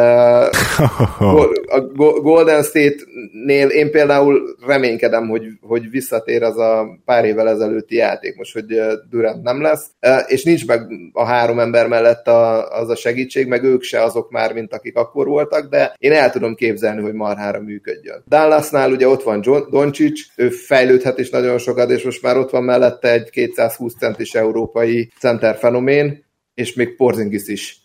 Uh, a Golden State-nél én például reménykedem, hogy, hogy visszatér az a pár évvel ezelőtti játék, most, hogy Durant nem lesz, uh, és nincs meg a három ember mellett a, az a segítség, meg ők se azok már, mint akik akkor voltak, de én el tudom képzelni, hogy marhára működjön. Dallasnál ugye ott van John, Doncic, ő fejlődhet is nagyon sokat, és most már ott van mellette egy kétszázhúsz centis európai center fenomén, és még Porzingis is.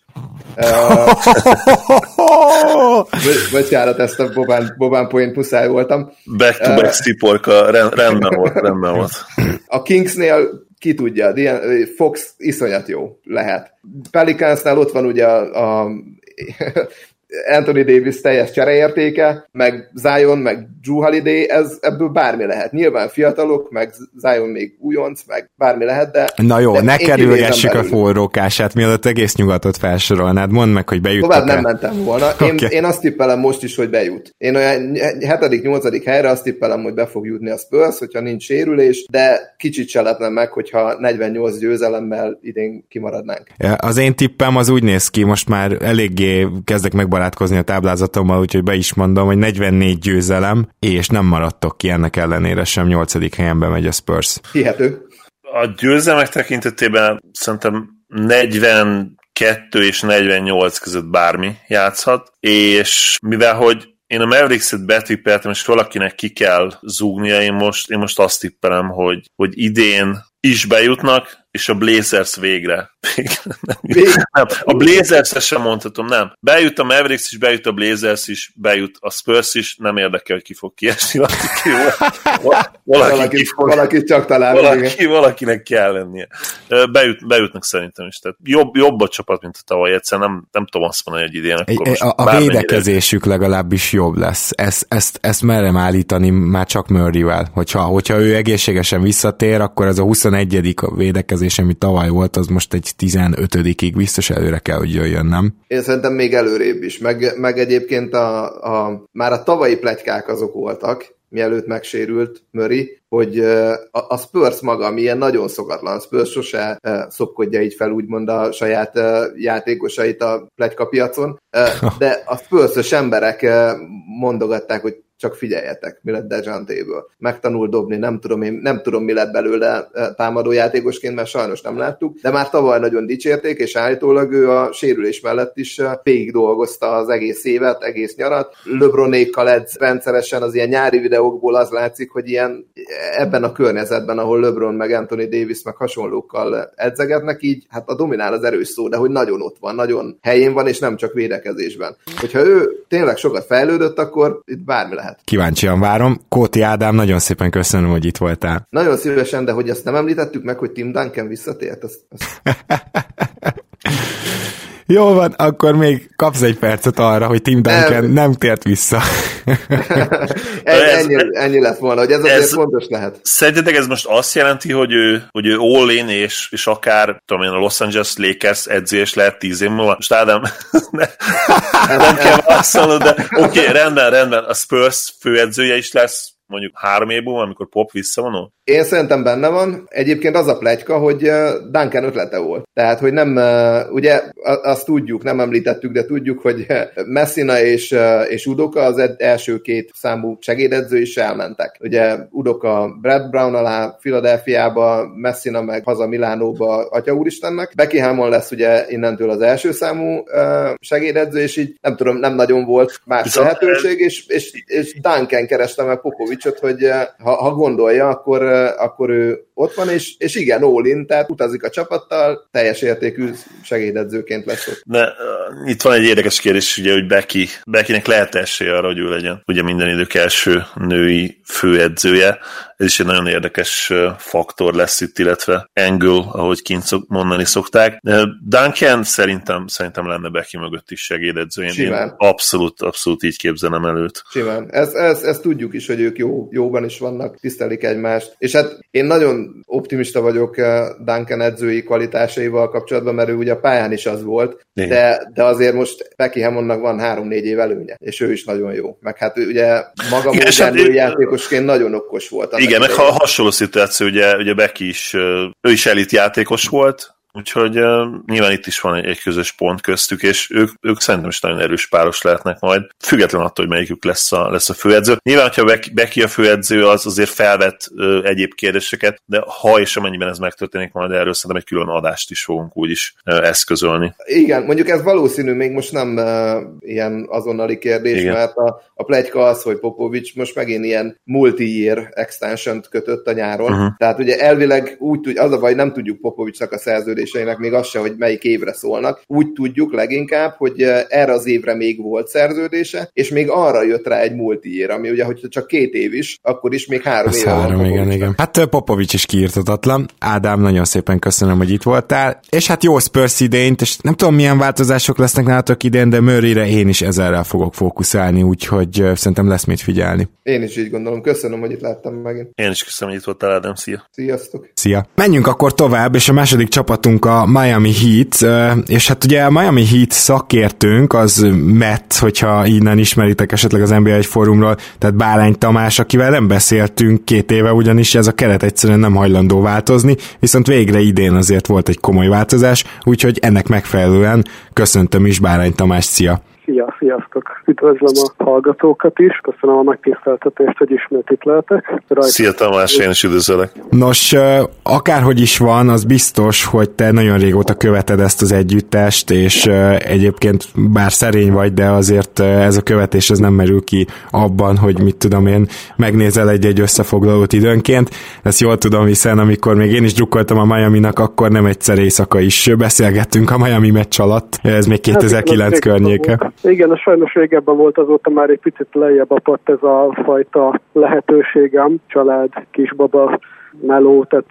Uh, bocsánat, ezt a bobán, bobán poén puszáj voltam. Back-to-back uh, stiporka, rendben volt, rendben volt. A Kingsnél ki tudja, Fox iszonyat jó lehet. Pelicansnál ott van ugye a, a Anthony Davis teljes csereértéke, meg Zion, meg Jrue Holiday, ez, ebből bármi lehet. Nyilván fiatalok, meg Zion még újonc, meg bármi lehet, de... Na jó, de ne kerülgessük a forrókását, mielőtt egész nyugatot felsorolnád. Mondd meg, hogy bejuttak. Tovább nem mentem volna. Én, Okay. én azt tippelem most is, hogy bejut. Én olyan hetedik nyolcadik helyre azt tippelem, hogy be fog jutni a Spurs, hogyha nincs sérülés, de kicsit se lehetne meg, hogyha negyvennyolc győzelemmel idén kimaradnánk. Az én tippem az úgy néz ki, most már eléggé kezdek megbarátkozni a táblázatommal, úgyhogy be is mondom, hogy negyvennégy győzelem, és nem maradtok ki ennek ellenére sem, nyolcadik helyen bemegy a Spurs. Hihető. A győzelmek tekintetében szerintem negyvenkettő és negyvennyolc között bármi játszhat, és mivel hogy én a Mavericks-et betippeltem, és valakinek ki kell zúgnia, én most, én most azt tippelem, hogy, hogy idén is bejutnak, és a Blazers végre. végre nem, nem, a Blazers-re sem mondhatom, nem. Bejut a Mavericks is, bejut a Blazers is, bejut a Spurs is, nem érdekel, hogy ki fog kiesni. Valaki, valaki, valaki, ki fog, valaki csak talál. Valaki, valakinek kell lennie. Bejut, bejutnak szerintem is. Tehát jobb, jobb a csapat, mint a tavaly. Egyszerűen nem, nem tudom azt mondani, hogy idén. Akkor most a a védekezésük legalábbis jobb lesz. Ezt, ezt, ezt merem állítani már csak Murrayvel. Hogyha, hogyha ő egészségesen visszatér, akkor ez a huszonegyedik védekezés, ami tavaly volt, az most egy tizenötödikig biztos előre kell, hogy jöjjön, nem? Én szerintem még előrébb is. Meg, meg egyébként a, a, már a tavalyi pletykák azok voltak, mielőtt megsérült Murray, hogy a, a Spurs maga, ami ilyen nagyon szokatlan, a Spurs sose szopkodja így fel úgymond a saját játékosait a pletykapiacon, de a Spurs-ös emberek mondogatták, hogy csak figyeljetek, mi lett Dejantéből. Megtanul dobni, nem tudom, én, nem tudom, mi lett belőle támadójátékosként, mert sajnos nem láttuk, de már tavaly nagyon dicsérték, és állítólag ő a sérülés mellett is végig dolgozta az egész évet, egész nyarat. LeBronékkal edz rendszeresen, az ilyen nyári videókból az látszik, hogy ilyen ebben a környezetben, ahol LeBron meg Anthony Davis meg hasonlókkal edzegetnek, így hát a dominál az erős szó, de hogy nagyon ott van, nagyon helyén van, és nem csak védekezésben. Hogyha ő tényleg sokat fejlődött, akkor itt bármi lehet. Kíváncsian várom. Kóti Ádám, nagyon szépen köszönöm, hogy itt voltál. Nagyon szívesen, de hogy azt nem említettük meg, hogy Tim Duncan visszatért? Azt, azt... Jó van, akkor még kapsz egy percet arra, hogy Tim Duncan nem, nem tért vissza. ennyi, ennyi lett volna, hogy ez azért ez, fontos lehet. Szerintetek ez most azt jelenti, hogy ő, hogy ő all-in, és, és akár tudom én, a Los Angeles Lakers edzés lehet tíz év múlva? Most Ádám, ne, nem kell válaszolnod, de oké, okay, rendben, rendben, a Spurs főedzője is lesz mondjuk három év múlva, amikor Pop visszavonul? Én szerintem benne van. Egyébként az a pletyka, hogy Duncan ötlete volt. Tehát, hogy nem, ugye azt tudjuk, nem említettük, de tudjuk, hogy Messina és, és Udoka az első két számú segédedző is elmentek. Ugye Udoka Brad Brown alá Philadelphiába, Messina meg haza Milánóba, atya úristennek. Becky Hammon lesz ugye innentől az első számú segédedző, és így nem tudom, nem nagyon volt más Viszont lehetőség, és, és, és Duncan kereste meg Popovicsot, hogy ha, ha gondolja, akkor akkor ő ott van, és, és igen, all-in, tehát utazik a csapattal, teljes értékű segédedzőként lesz ott. De uh, itt van egy érdekes kérdés, ugye, hogy Becky, Beckynek lehet esélye arra, hogy ő legyen ugye minden idők első női főedzője. Ez is egy nagyon érdekes faktor lesz itt, illetve angle, ahogy kint szok, mondani szokták. Duncan szerintem, szerintem lenne Becky mögött is segédedző. Én, én abszolút, abszolút így képzelem előtt. Simán. Ezt ez, ez tudjuk is, hogy ők jó, jóban is vannak, tisztelik egymást. És hát én nagyon optimista vagyok Duncan edzői kvalitásaival kapcsolatban, mert ő ugye a pályán is az volt, de, de azért most Becky Hammonnak van három-négy év előnye, és ő is nagyon jó. Meg hát ő ugye maga modern játékosként nagyon okos volt. Igen, meg ha hasonló szituáció, ugye, ugye Becky is, ő is elit játékos volt, úgyhogy uh, nyilván itt is van egy, egy közös pont köztük, és ők, ők szerintem is nagyon erős páros lehetnek majd, független attól, hogy melyikük lesz a, lesz a főedző. Nyilván, hogyha Becky a főedző, az azért felvet uh, egyéb kérdéseket, de ha és amennyiben ez megtörténik, majd erről szerintem egy külön adást is fogunk úgyis uh, eszközölni. Igen, mondjuk ez valószínű, még most nem uh, ilyen azonnali kérdés, igen. Mert a, a pletyka az, hogy Popovics most megint ilyen multi-year extension-t kötött a nyáron, uh-huh. Tehát ugye elvileg úgy, az a baj, nem tudjuk Popovicsnak a szerződés szerződéseinek még az se, hogy melyik évre szólnak. Úgy tudjuk leginkább, hogy erre az évre még volt szerződése, és még arra jött rá egy multi-ér, ami ugye, hogyha csak két év is, akkor is még három éve három, van. Igen, igen. Hát Popovics is kiírtatatlan. Ádám, nagyon szépen köszönöm, hogy itt voltál. És hát jó Spurs idényt, és nem tudom, milyen változások lesznek nálatok idén, de Murrayre én is ezerrel fogok fókuszálni, úgyhogy szerintem lesz mit figyelni. Én is így gondolom. Köszönöm, hogy itt láttam megint. Én is köszönöm, hogy itt voltál, Ádám. Szia. Sziasztok. Szia. Menjünk akkor tovább, és a második csapatunk a Miami Heat, és hát ugye a Miami Heat szakértőnk az Matt, hogyha innen ismeritek esetleg az en bé á egy fórumról, tehát Bálány Tamás, akivel nem beszéltünk két éve, ugyanis ez a keret egyszerűen nem hajlandó változni, viszont végre idén azért volt egy komoly változás, úgyhogy ennek megfelelően köszöntöm is Bálány Tamás, szia! Szia, sziasztok! Üdvözlöm a hallgatókat is, köszönöm a megtiszteltetést, hogy ismét itt lehetek. Rajta. Szia Tamás, én is üdvözlök. Nos, akárhogy is van, az biztos, hogy te nagyon régóta követed ezt az együttest, és egyébként bár szerény vagy, de azért ez a követés ez nem merül ki abban, hogy mit tudom én, megnézel egy-egy összefoglalót időnként. Ezt jól tudom, hiszen amikor még én is drukkoltam a Miaminak, akkor nem egyszer éjszaka is beszélgettünk a Miami meccs alatt. Ez még kétezer-kilenc hát, környéke. Igen, a sajnos régebben volt, azóta már egy picit lejjebb apadt ez a fajta lehetőségem, család, kisbaba, meló, tehát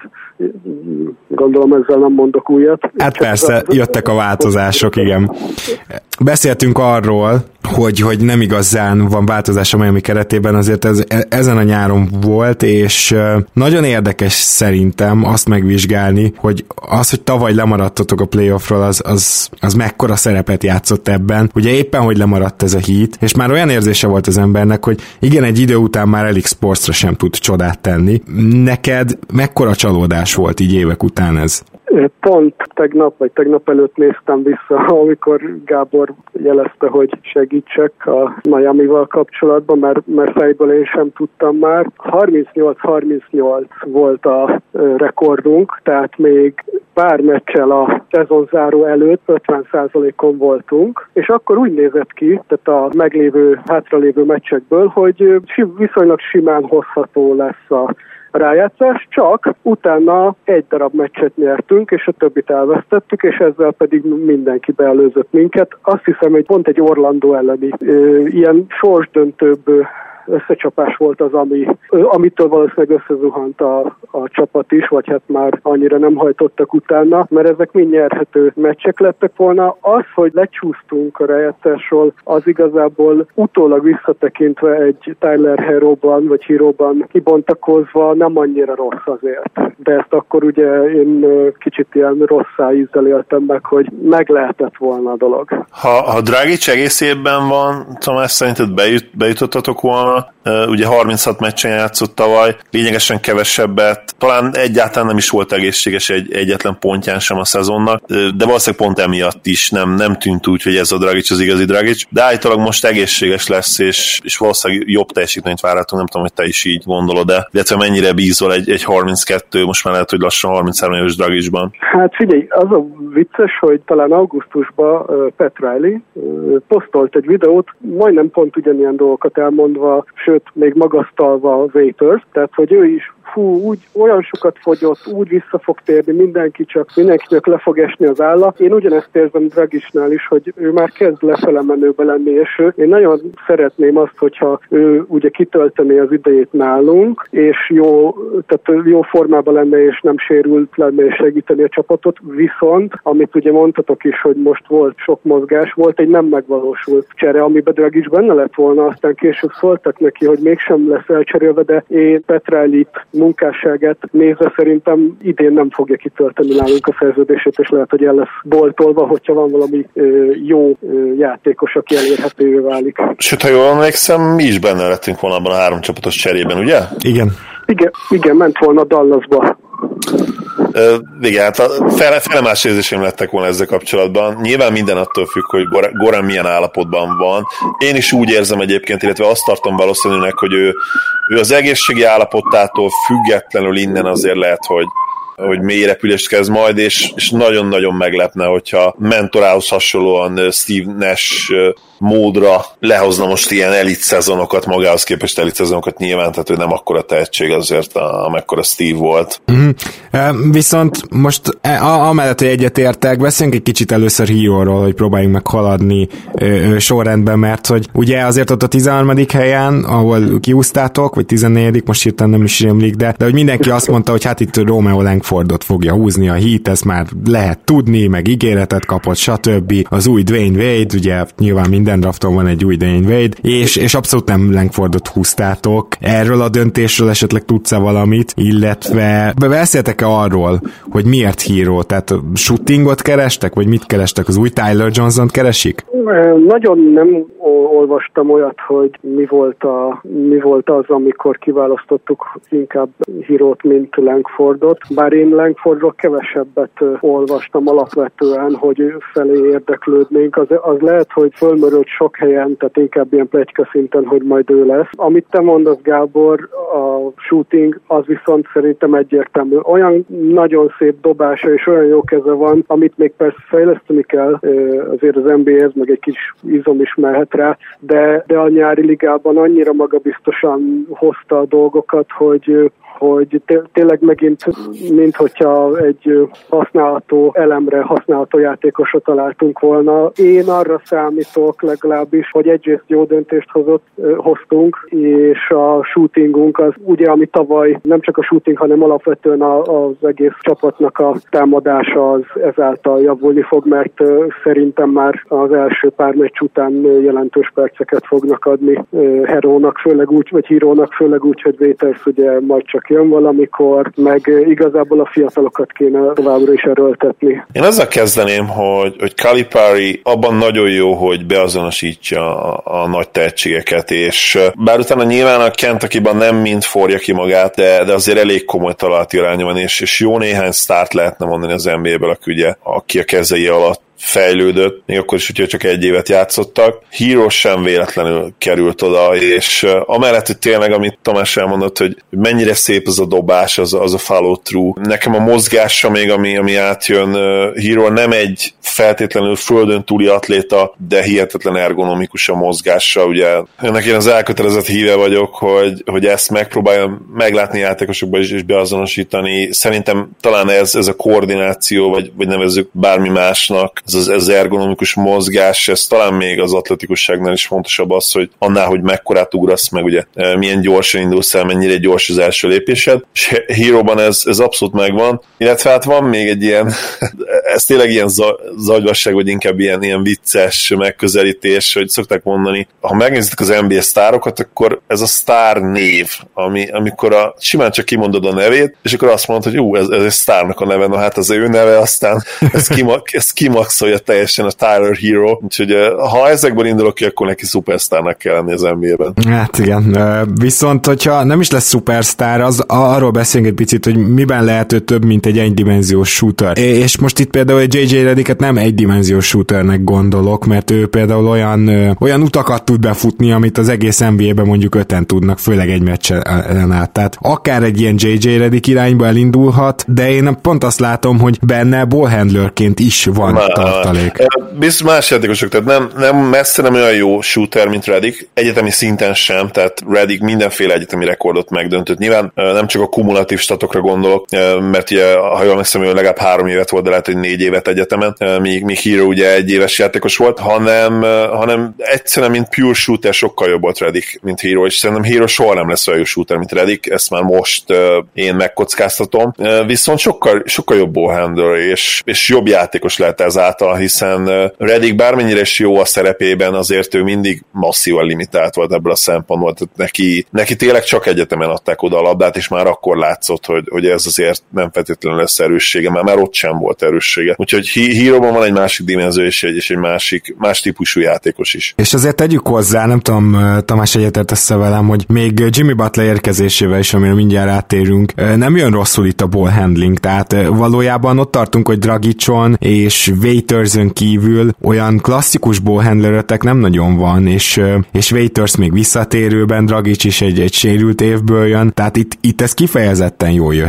gondolom ezzel nem mondok újat. Hát persze, jöttek a változások, igen. Beszéltünk arról, hogy, hogy nem igazán van változás a Miami keretében, azért ez, ezen a nyáron volt, és nagyon érdekes szerintem azt megvizsgálni, hogy az, hogy tavaly lemaradtatok a playoffról, az, az, az mekkora szerepet játszott ebben. Ugye éppen, hogy lemaradt ez a Heat, és már olyan érzése volt az embernek, hogy igen, egy idő után már elég Sportsra sem tud csodát tenni. Neked mekkora csalódás volt így évek után ez? Pont tegnap, vagy tegnap előtt néztem vissza, amikor Gábor jelezte, hogy segítsek a Miamival kapcsolatban, mert, mert fejből én sem tudtam már. harmincnyolc harmincnyolc volt a rekordunk, tehát még pár meccsel a szezonzáró előtt ötven százalékon voltunk, és akkor úgy nézett ki, tehát a meglévő, hátralévő meccsekből, hogy viszonylag simán hozható lesz a rájátszás, csak utána egy darab meccset nyertünk, és a többit elvesztettük, és ezzel pedig mindenki beelőzött minket. Azt hiszem, hogy pont egy Orlando elleni ö, ilyen sorsdöntőbb összecsapás volt az, ami, amitől valószínűleg összezuhant a, a csapat is, vagy hát már annyira nem hajtottak utána, mert ezek mind nyerhető meccsek lettek volna. Az, hogy lecsúsztunk a rájátszásról, az igazából utólag visszatekintve egy Tyler Hero-ban, vagy Hero-ban kibontakozva nem annyira rossz azért. De ezt akkor ugye én kicsit ilyen rosszá ízzel éltem meg, hogy meg lehetett volna a dolog. Ha, ha Dragic egész évben van, Tamás, szerinted bejut, bejutottatok volna? Uh, ugye harminchat meccsen játszott tavaly, lényegesen kevesebbet, talán egyáltalán nem is volt egészséges egy egyetlen pontján sem a szezonnak, uh, de valószínűleg pont emiatt is nem, nem tűnt úgy, hogy ez a Dragic az igazi Dragic, de állítólag most egészséges lesz, és, és valószínűleg jobb teljesítményt várhatunk, nem tudom, hogy te is így gondolod, de illetve mennyire bízol egy, egy harminckettő, most már lehet, hogy lassan harminchárom éves Dragicban. Hát figyelj, az a vicces, hogy talán augusztusban uh, Pat Riley uh, posztolt egy videót, majdnem pont ugyanilyen dolgokat elmondva, sőt, még magasztalva a Waiters, tehát hogy ő is fú, úgy olyan sokat fogyott, úgy vissza fog térni, mindenki csak, mindenkinek le fog esni az álla. Én ugyanezt érzem Dragicsnál is, hogy ő már kezd lefele menőbe lenni, és ő, én nagyon szeretném azt, hogyha ő ugye kitöltené az idejét nálunk, és jó, tehát jó formában lenne, és nem sérült lenne, és segíteni a csapatot, viszont, amit ugye mondtatok is, hogy most volt sok mozgás, volt egy nem megvalósult csere, amiben Dragic benne lett volna, aztán később szóltak neki, hogy mégsem lesz elcserélve, de én Pat Riley-t munkásságát nézve szerintem idén nem fogja kitölteni nálunk a szerződését, és lehet, hogy el lesz boltolva, hogyha van valami ö, jó ö, játékos, aki elérhetővé válik. Sőt, ha jól emlékszem, mi is benne lettünk volna abban a három csapatos cserében, ugye? Igen. Igen, igen, ment volna Dallasba. Uh, igen, hát fele, fele más érzéseim lettek volna ezzel kapcsolatban. Nyilván minden attól függ, hogy Goran milyen állapotban van. Én is úgy érzem egyébként, illetve azt tartom valószínűleg, hogy ő, ő az egészségi állapotától függetlenül innen azért lehet, hogy hogy mély repülést kezd majd, és, és nagyon-nagyon meglepne, hogyha mentorához hasonlóan Steve Nash módra lehozna most ilyen elit szezonokat, magához képest elit szezonokat nyilván, tehát ő nem akkora tehetség azért, amekkora Steve volt. Mm-hmm. Viszont most amellett, hogy egyetértek, beszéljünk egy kicsit először Hero-ról, hogy próbáljunk meg haladni ö, sorrendben, mert hogy ugye azért ott a tizenharmadik helyen, ahol kiúztátok, vagy tizennegyedik, most hirtelen nem is rémlik, de, de hogy mindenki azt mondta, hogy hát itt Romeo Langfordot fogja húzni a Heat, ezt már lehet tudni, meg ígéretet kapott, stb. Az új Dwayne Wade, ugye nyilván minden drafton van egy új Dwayne Wade, és, és abszolút nem Langfordot húztátok. Erről a döntésről esetleg tudsz-e valamit, illetve beszéltek-e arról, hogy miért Hero? Tehát shootingot kerestek, vagy mit kerestek? Az új Tyler Johnson-t keresik? Nagyon nem olvastam olyat, hogy mi volt, a, mi volt az, amikor kiválasztottuk inkább Hero-t, mint Langfordot. Bár én Langfordról kevesebbet olvastam alapvetően, hogy felé érdeklődnénk. Az, az lehet, hogy fölmerült sok helyen, tehát inkább ilyen pletyka szinten, hogy majd ő lesz. Amit te mondasz, Gábor, a shooting, az viszont szerintem egyértelmű. Olyan nagyon szép dobása és olyan jó keze van, amit még persze fejleszteni kell, azért az en bé á-hez meg egy kis izom is mehet rá, de, de a nyári ligában annyira magabiztosan hozta a dolgokat, hogy hogy tényleg megint, mint hogyha egy használható elemre, használható játékosra találtunk volna. Én arra számítok legalábbis, hogy egyrészt jó döntést hozott, hoztunk, és a shootingunk az ugye, ami tavaly nem csak a shooting, hanem alapvetően az egész csapatnak a támadása az ezáltal javulni fog, mert szerintem már az első pár meccs után jelentős perceket fognak adni Hero-nak, főleg úgy, vagy Hero-nak, főleg úgy, hogy Waiters ugye majd csak jön valamikor, meg igazából a fiatalokat kéne továbbra is erőltetni. Én azzal kezdeném, hogy, hogy Calipari abban nagyon jó, hogy beazonosítja a, a nagy tehetségeket, és bár utána nyilván a Kentuckyban nem mind forja ki magát, de, de azért elég komoly találati aránya van, és, és jó néhány sztárt lehetne mondani az en bé á-ből, aki, ugye, aki a kezei alatt fejlődött, még akkor is, hogyha csak egy évet játszottak. Hero sem véletlenül került oda, és uh, amellett, hogy tényleg, amit Tamás elmondott, hogy mennyire szép az a dobás, az, az a follow through. Nekem a mozgása még, ami, ami átjön, uh, Hero nem egy feltétlenül földön túli atléta, de hihetetlen ergonomikus a mozgása, ugye. Ennek én az elkötelezett híve vagyok, hogy, hogy ezt megpróbáljam meglátni játékosokban is, és beazonosítani. Szerintem talán ez, ez a koordináció, vagy, vagy nevezzük bármi másnak, ez az, ez az ergonomikus mozgás, ez talán még az atletikusságnál is fontosabb az, hogy annál, hogy mekkorát ugrasz, meg ugye milyen gyorsan indulsz el, mennyire gyors az első lépésed, és Hero-ban ez, ez abszolút megvan, illetve hát van még egy ilyen, ez tényleg ilyen zagyvasság, vagy inkább ilyen, ilyen vicces megközelítés, hogy szokták mondani, ha megnézitek az en bé á sztárokat, akkor ez a sztár név, ami, amikor a, simán csak kimondod a nevét, és akkor azt mondod, hogy ú, ez, ez egy sztárnak a neve, na hát az ő neve, aztán ez, kima, ez kimaxolja teljesen a Tyler Hero, úgyhogy ha ezekből indulok ki, akkor neki szupersztárnak kell lenni az en bé á-ben. Hát igen, viszont hogyha nem is lesz szupersztár, az arról beszélünk egy picit, hogy miben lehet ő több, mint egy egydimenziós shooter. És most itt például egy jé jé Redicket nem egydimenziós shooternek gondolok, mert ő például olyan, olyan utakat tud befutni, amit az egész en bé á-ben mondjuk öten tudnak, főleg egy meccsen át. Tehát akár egy ilyen jé jé Redick irányba elindulhat, de én pont azt látom, hogy benne ballhandlerként is van Má, tartalék. Biztos más játékosok, tehát nem, nem messze nem olyan jó shooter, mint Redick, egyetemi szinten sem, tehát Redick mindenféle egyetemi rekordot megdöntött. Nyilván nem csak a kumulatív statokra gondolok, mert ugye, ha jól megszem, hogy legalább három évet volt, de lehet, hogy négy évet egyetemen, míg, míg Hero ugye egy éves játékos volt, hanem, hanem egyszerűen, mint pure shooter sokkal jobb volt Redick, mint Hero, és szerintem Hero soha nem lesz olyan jó shooter, mint Redick, ezt már most én megkockáztatom. Viszont sokkal, sokkal jobb ballhandler, és, és jobb játékos lehet ezáltal, hiszen Redick bármennyire is jó a szerepében, azért ő mindig masszívan limitált volt ebből a szempontból, tehát neki, neki tényleg csak egyetemen adták oda a labdát, és már akkor látszott, hogy, hogy ez azért nem feltétlenül lesz erőssége, mert már ott sem volt erőssége. Úgyhogy Hero-ban van egy másik dimenzió és egy, és egy másik, más típusú játékos is. És azért tegyük hozzá, nem tudom, Tamás egyetértesz velem, hogy még Jimmy Butler érkezésével is, amire mindjárt átérünk, nem jön rosszul itt a ball handling, tehát valójában ott tartunk, hogy Dragicson és Waitersen kívül olyan klasszikus ballhandleretek nem nagyon van, és, és Waiters még visszatérőben, Dragic is egy, egy sérült évből jön, tehát itt, itt ez kifejezetten jól jöhet.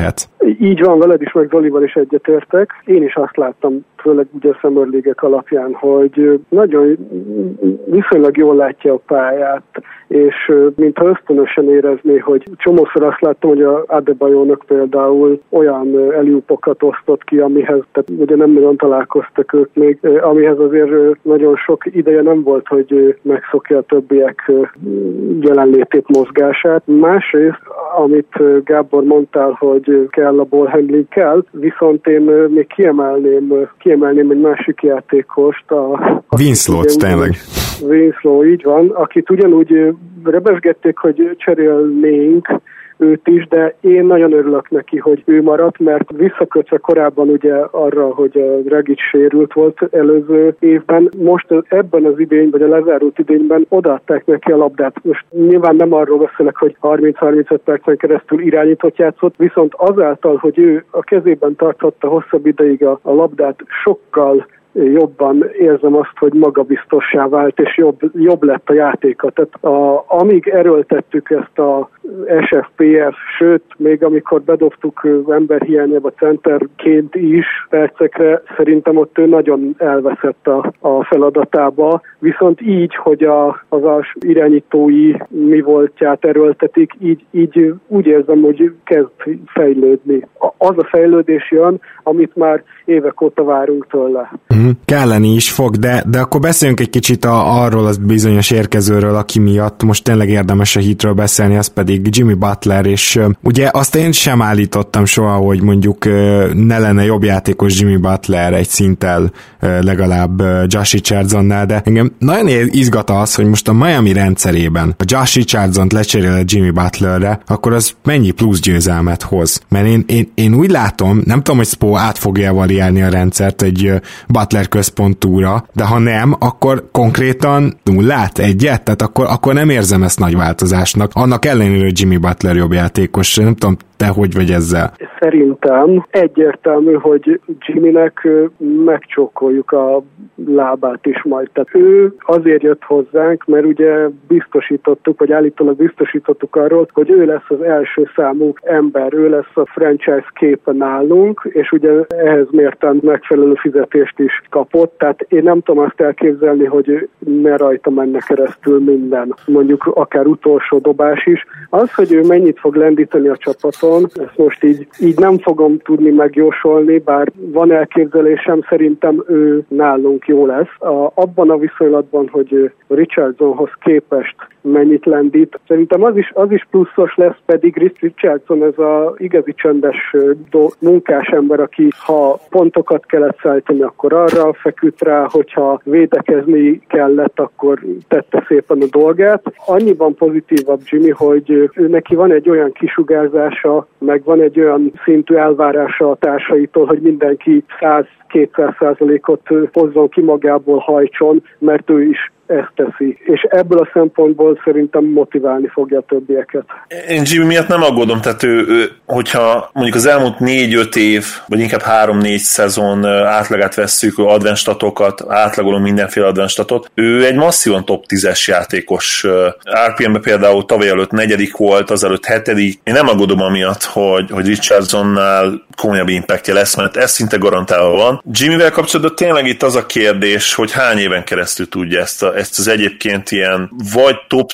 Így van, veled is, meg Zolival is egyetértek. Én is azt láttam, főleg ugye a Summer League-ek alapján, hogy nagyon viszonylag jól látja a pályát, és mintha ösztönösen érezné, hogy csomószor azt láttam, hogy a Adebayonak például olyan eliupokat osztott ki, amihez, tehát ugye nem nagyon találkoztak ők még, amihez azért nagyon sok ideje nem volt, hogy megszokja a többiek jelenlétét, mozgását. Másrészt, amit Gábor mondtál, hogy kell a ball handling kell, viszont én még kiemelném, kiemelném egy másik játékost. A, Winslow, tényleg. Winslow, így van, akit ugyanúgy rebesgették, hogy cserélnénk őt is, de én nagyon örülök neki, hogy ő maradt, mert visszakötve korábban ugye arra, hogy a Dragic sérült volt előző évben, most ebben az idényben, vagy a lezárult idényben odaadták neki a labdát. Most nyilván nem arról beszélek, hogy harminc-harmincöt percen keresztül irányított játszott, viszont azáltal, hogy ő a kezében tartotta hosszabb ideig a, a labdát, sokkal jobban érzem azt, hogy magabiztossá vált, és jobb, jobb lett a játéka. Tehát a, amíg erőltettük ezt a es ef pé ef, sőt, még amikor bedobtuk emberhiányába centerként is percekre, szerintem ott ő nagyon elveszett a, a feladatába, viszont így, hogy a, az az irányítói mi voltját erőltetik, így, így úgy érzem, hogy kezd fejlődni. Az a fejlődés jön, amit már évek óta várunk tőle. Mm, kelleni is fog, de, de akkor beszéljünk egy kicsit a, arról az bizonyos érkezőről, aki miatt most tényleg érdemes a Heatről beszélni, az pedig Jimmy Butler, és uh, ugye azt én sem állítottam soha, hogy mondjuk uh, ne lenne jobb játékos Jimmy Butler egy szinttel uh, legalább uh, Josh Richardsonnál, de engem nagyon izgat az, hogy most a Miami rendszerében a Josh Richardson-t lecserél Jimmy Butlerre, akkor az mennyi plusz győzelmet hoz? Mert én, én, én úgy látom, nem tudom, hogy Spo át fogja variálni a rendszert egy uh, Butler központúra, de ha nem, akkor konkrétan nullát, egyet, tehát akkor, akkor nem érzem ezt nagy változásnak. Annak ellenére, hogy Jimmy Butler jobb játékos, nem tudom, te hogy vagy ezzel? Szerintem egyértelmű, hogy Jimmynek megcsókoljuk a lábát is majd. Tehát ő azért jött hozzánk, mert ugye biztosítottuk, vagy állítólag biztosítottuk arról, hogy ő lesz az első számú ember, ő lesz a franchise képe nálunk, és ugye ehhez mérten megfelelő fizetést is kapott, tehát én nem tudom azt elképzelni, hogy ne rajta menne keresztül minden, mondjuk akár utolsó dobás is. Az, hogy ő mennyit fog lendíteni a csapaton, ezt most így, így nem fogom tudni megjósolni, bár van elképzelésem, szerintem ő nálunk jó lesz. A, abban a viszonylatban, hogy Richardsonhoz képest mennyit lendít, szerintem az is, az is pluszos lesz, pedig Richardson ez az igazi csöndes do, munkás ember, aki ha pontokat kellett szállítani, akkor arra feküdt rá, hogyha védekezni kellett, akkor tette szépen a dolgát. Annyiban pozitívabb Jimmy, hogy ő neki van egy olyan kisugárzása, meg van egy olyan szintű elvárása a társaitól, hogy mindenki száz-kétszáz százalékot hozzon ki magából, hajtson, mert ő is ezt teszi. És ebből a szempontból szerintem motiválni fogja a többieket. Én Jimmy miatt nem aggódom, tehát ő, ő hogyha mondjuk az elmúlt négy-öt év, vagy inkább három-négy szezon átlagát vesszük, advanced statokat, átlagolunk mindenféle advanced statot, ő egy masszívan top tízes játékos. er pé em-ben például tavaly előtt negyedik volt, azelőtt hetedik. Én nem aggódom amiatt, hogy, hogy Richardsonnál komolyabb impactja lesz, mert ez szinte garantálva van. Jimmyvel kapcsolatban tényleg itt az a kérdés, hogy hány éven keresztül tudja ezt, a, ezt az egyébként ilyen vagy top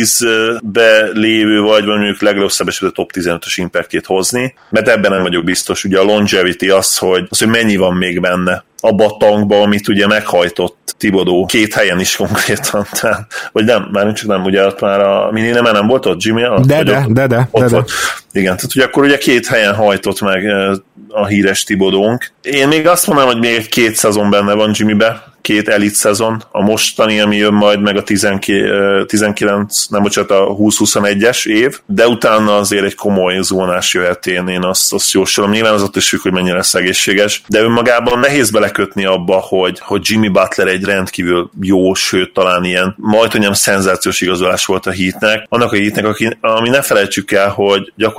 tízbe lévő, vagy mondjuk legrosszabb esetben top tizenötös impactjét hozni, mert ebben nem vagyok biztos. Ugye a longevity az, hogy, az, hogy mennyi van még benne abba a tankba, amit ugye meghajtott Thibodeau két helyen is konkrétan. Tehát, vagy nem, már csak nem, ugye ott már a Mini nem, nem volt ott Jimmy? De, de, de, de, de, ott de, volt. Igen, tehát ugye akkor ugye két helyen hajtott meg a híres Thibodeau-nk. Én még azt mondanám, hogy még egy két szezon benne van Jimmybe, két elit szezon, a mostani, ami jön majd meg a tizenkilenc, nem bocsánat, a húsz-huszonegyes év, de utána azért egy komoly zónás jöhet, én, én azt, azt jósolom. Nyilván az ott is függ, hogy mennyire lesz egészséges, de önmagában nehéz belekötni abba, hogy, hogy Jimmy Butler egy rendkívül jó, sőt talán ilyen majdnem szenzációs igazolás volt a Heatnek. Annak a Heatnek, aki, ami ne felejtsük el, hogy gyakorlatilag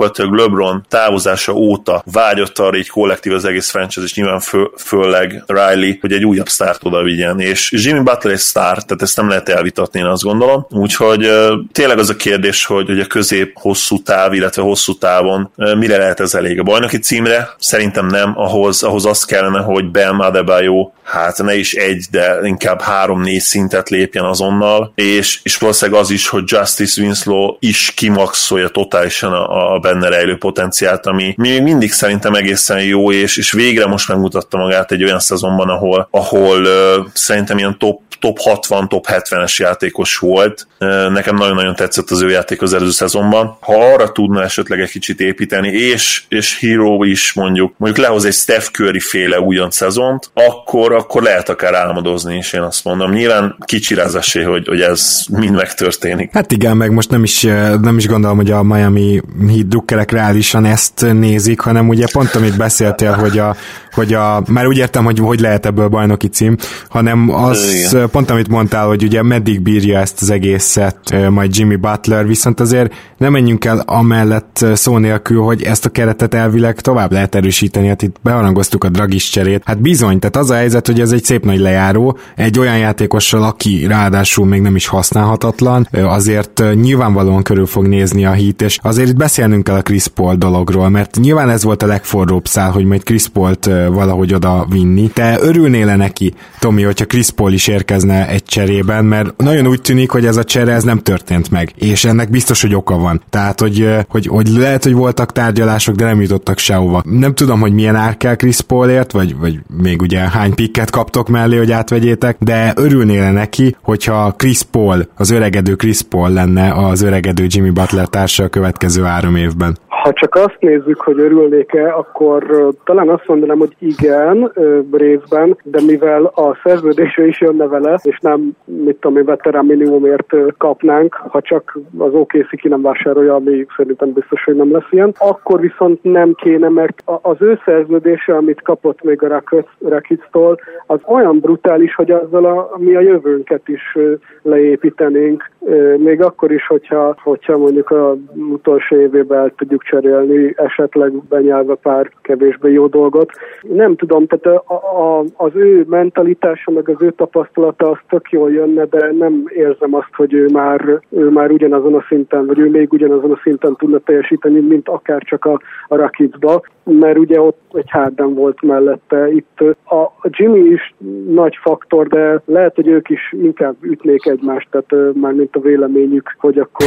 gyakorlatilag LeBron távozása óta vágyott arra így kollektív az egész franchise, és nyilván fő, főleg Riley, hogy egy újabb sztárt oda vigyen, és Jimmy Butler egy sztár, tehát ezt nem lehet elvitatni, én azt gondolom. Úgyhogy tényleg az a kérdés, hogy, hogy a közép-hosszú táv, illetve hosszú távon mire lehet ez elég. A bajnoki címre szerintem nem, ahhoz, ahhoz az kellene, hogy Bam Adebayo, hát ne is egy, de inkább három-négy szintet lépjen azonnal, és, és valószínűleg az is, hogy Justice Winslow is kimaxolja totálisan a, a benne rejlő potenciált, ami még mindig szerintem egészen jó, és, és végre most megmutatta magát egy olyan szezonban, ahol, ahol uh, szerintem ilyen top top hatvan, top hetvenes játékos volt. Nekem nagyon-nagyon tetszett az ő játék az előző szezonban. Ha arra tudna esetleg egy kicsit építeni, és, és Hero is mondjuk, mondjuk lehoz egy Steph Curry féle újonc szezont, akkor, akkor lehet akár álmodozni is, én azt mondom. Nyilván kicsire az esély, hogy, hogy ez mind megtörténik. Hát igen, meg most nem is, nem is gondolom, hogy a Miami Heat drukkerek reálisan ezt nézik, hanem ugye pont amit beszéltél, hogy a, hogy a már úgy értem, hogy hogy lehet ebből bajnoki cím, hanem az igen. Pont amit mondtál, hogy ugye meddig bírja ezt az egészet majd Jimmy Butler, viszont azért nem menjünk el amellett szó nélkül, hogy ezt a keretet elvileg tovább lehet erősíteni, hát itt beharangoztuk a Dragis cserét. Hát bizony, tehát az a helyzet, hogy ez egy szép nagy lejáró, egy olyan játékossal, aki ráadásul még nem is használhatatlan, azért nyilvánvalóan körül fog nézni a Heat, és azért itt beszélnünk kell a Chris Paul dologról, mert nyilván ez volt a legforróbb szál, hogy majd Chris Pault valahogy oda vinni. Te örülnél neki, Tomi, hogyha Chris Paul is érkezne egy cserében, mert nagyon úgy tűnik, hogy ez a csere ez nem történt meg, és ennek biztos, hogy oka van. Tehát, hogy, hogy, hogy lehet, hogy voltak tárgyalások, de nem jutottak sehova. Nem tudom, hogy milyen ár kell Chris Paulért, vagy, vagy még ugye hány pikket kaptok mellé, hogy átvegyétek, de örülnél neki, hogyha Chris Paul, az öregedő Chris Paul lenne az öregedő Jimmy Butler társa a következő három évben. Ha csak azt nézzük, hogy örülnék-e, akkor uh, talán azt mondanám, hogy igen, uh, részben, de mivel a szerződésre is jönne vele, és nem, mit tudom én, veterán minimumért uh, kapnánk, ha csak az o ká cé ki nem vásárolja, ami szerintem biztos, hogy nem lesz ilyen, akkor viszont nem kéne, mert a, az ő szerződése, amit kapott még a Rockets-tól, az olyan brutális, hogy azzal a, mi a jövőnket is uh, leépítenénk, uh, még akkor is, hogyha, hogyha mondjuk az utolsó évében el tudjuk cserélni, esetleg benyelve pár kevésbé jó dolgot. Nem tudom, tehát a, a, az ő mentalitása, meg az ő tapasztalata az tök jól jönne, de nem érzem azt, hogy ő már, ő már ugyanazon a szinten, vagy ő még ugyanazon a szinten tudna teljesíteni, mint akár csak a, a Rocketsba, mert ugye ott egy Harden volt mellette. Itt a Jimmy is nagy faktor, de lehet, hogy ők is inkább ütnék egymást, tehát már mint a véleményük, hogy akkor...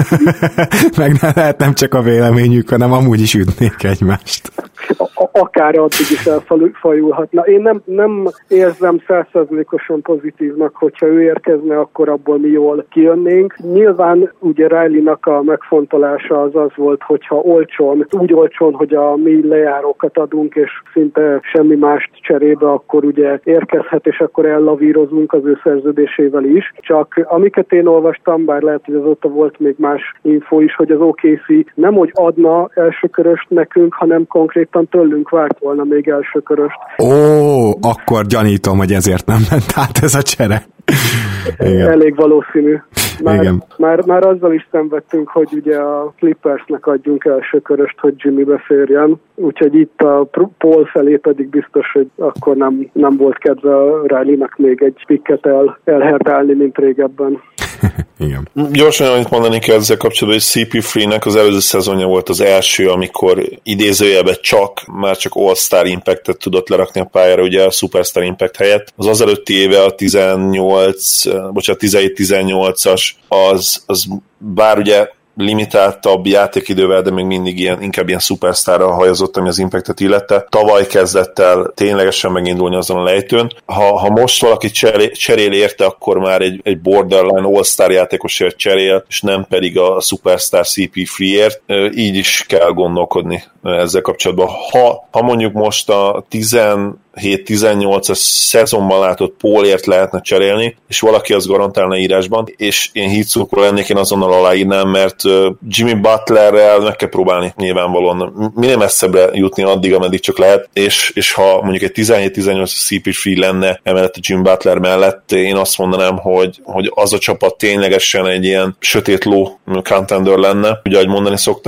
Meg ne lehet nem csak a véleményük, hanem amúgy is ütnék egymást. Akár addig is elfajulhatna. Én nem, nem érzem száz százalékosan pozitívnak, hogyha ő érkezne, akkor abból mi jól kijönnénk. Nyilván ugye Riley-nak a megfontolása az az volt, hogyha olcsón, úgy olcsón, hogy a mi lejárókat adunk, és szinte semmi mást cserébe, akkor ugye érkezhet, és akkor ellavírozunk az ő szerződésével is. Csak amiket én olvastam, bár lehet, hogy azóta volt még más info is, hogy az o ká cé nem hogy adna elsőköröst nekünk, hanem konkrétan tőlünk várt volna még elsőköröst. Ó, akkor gyanítom, hogy ezért nem ment át ez a csere. Igen. Elég valószínű. Már, Igen. Már, már azzal is szenvedtünk, hogy ugye a Clippersnek adjunk elsőköröst, hogy Jimmy beférjen. Úgyhogy itt a Paul felé pedig biztos, hogy akkor nem, nem volt kedve a Riley-nak még egy pikket el, elherdálni, mint régebben. Igen. Gyorsan, amit mondani kell ezzel kapcsolatban, hogy cé pé három-nek az előző szezonja volt az első, amikor idézőjelben csak, már csak All-Star Impactet tudott lerakni a pályára, ugye a Superstar Impact helyett. Az az előtti éve a tizennyolc, bocsánat, tizenhét tizennyolcas, az, az bár ugye limitáltabb játékidővel, de még mindig ilyen, inkább ilyen szupersztárra hajazott, ami az Impactet illette. Tavaly kezdett el ténylegesen megindulni azon a lejtőn. Ha, ha most valaki cserél, cserél érte, akkor már egy, egy borderline all-star játékosért cserél, és nem pedig a szupersztár cé pé három-ért. Így is kell gondolkodni ezzel kapcsolatban. Ha, ha mondjuk most a tizenhét tizennyolcas szezonban látott Paulért lehetne cserélni, és valaki azt garantálna írásban, és én hídszurkoló lennék, én azonnal aláírnám, mert Jimmy Butlerrel meg kell próbálni nyilvánvalóan minél messzebbre jutni addig, ameddig csak lehet, és, és ha mondjuk egy tizenhét tizennyolcas cé pé három lenne emellett a Jimmy Butler mellett, én azt mondanám, hogy, hogy az a csapat ténylegesen egy ilyen sötét ló contender lenne, ugye ahogy mondani szokták,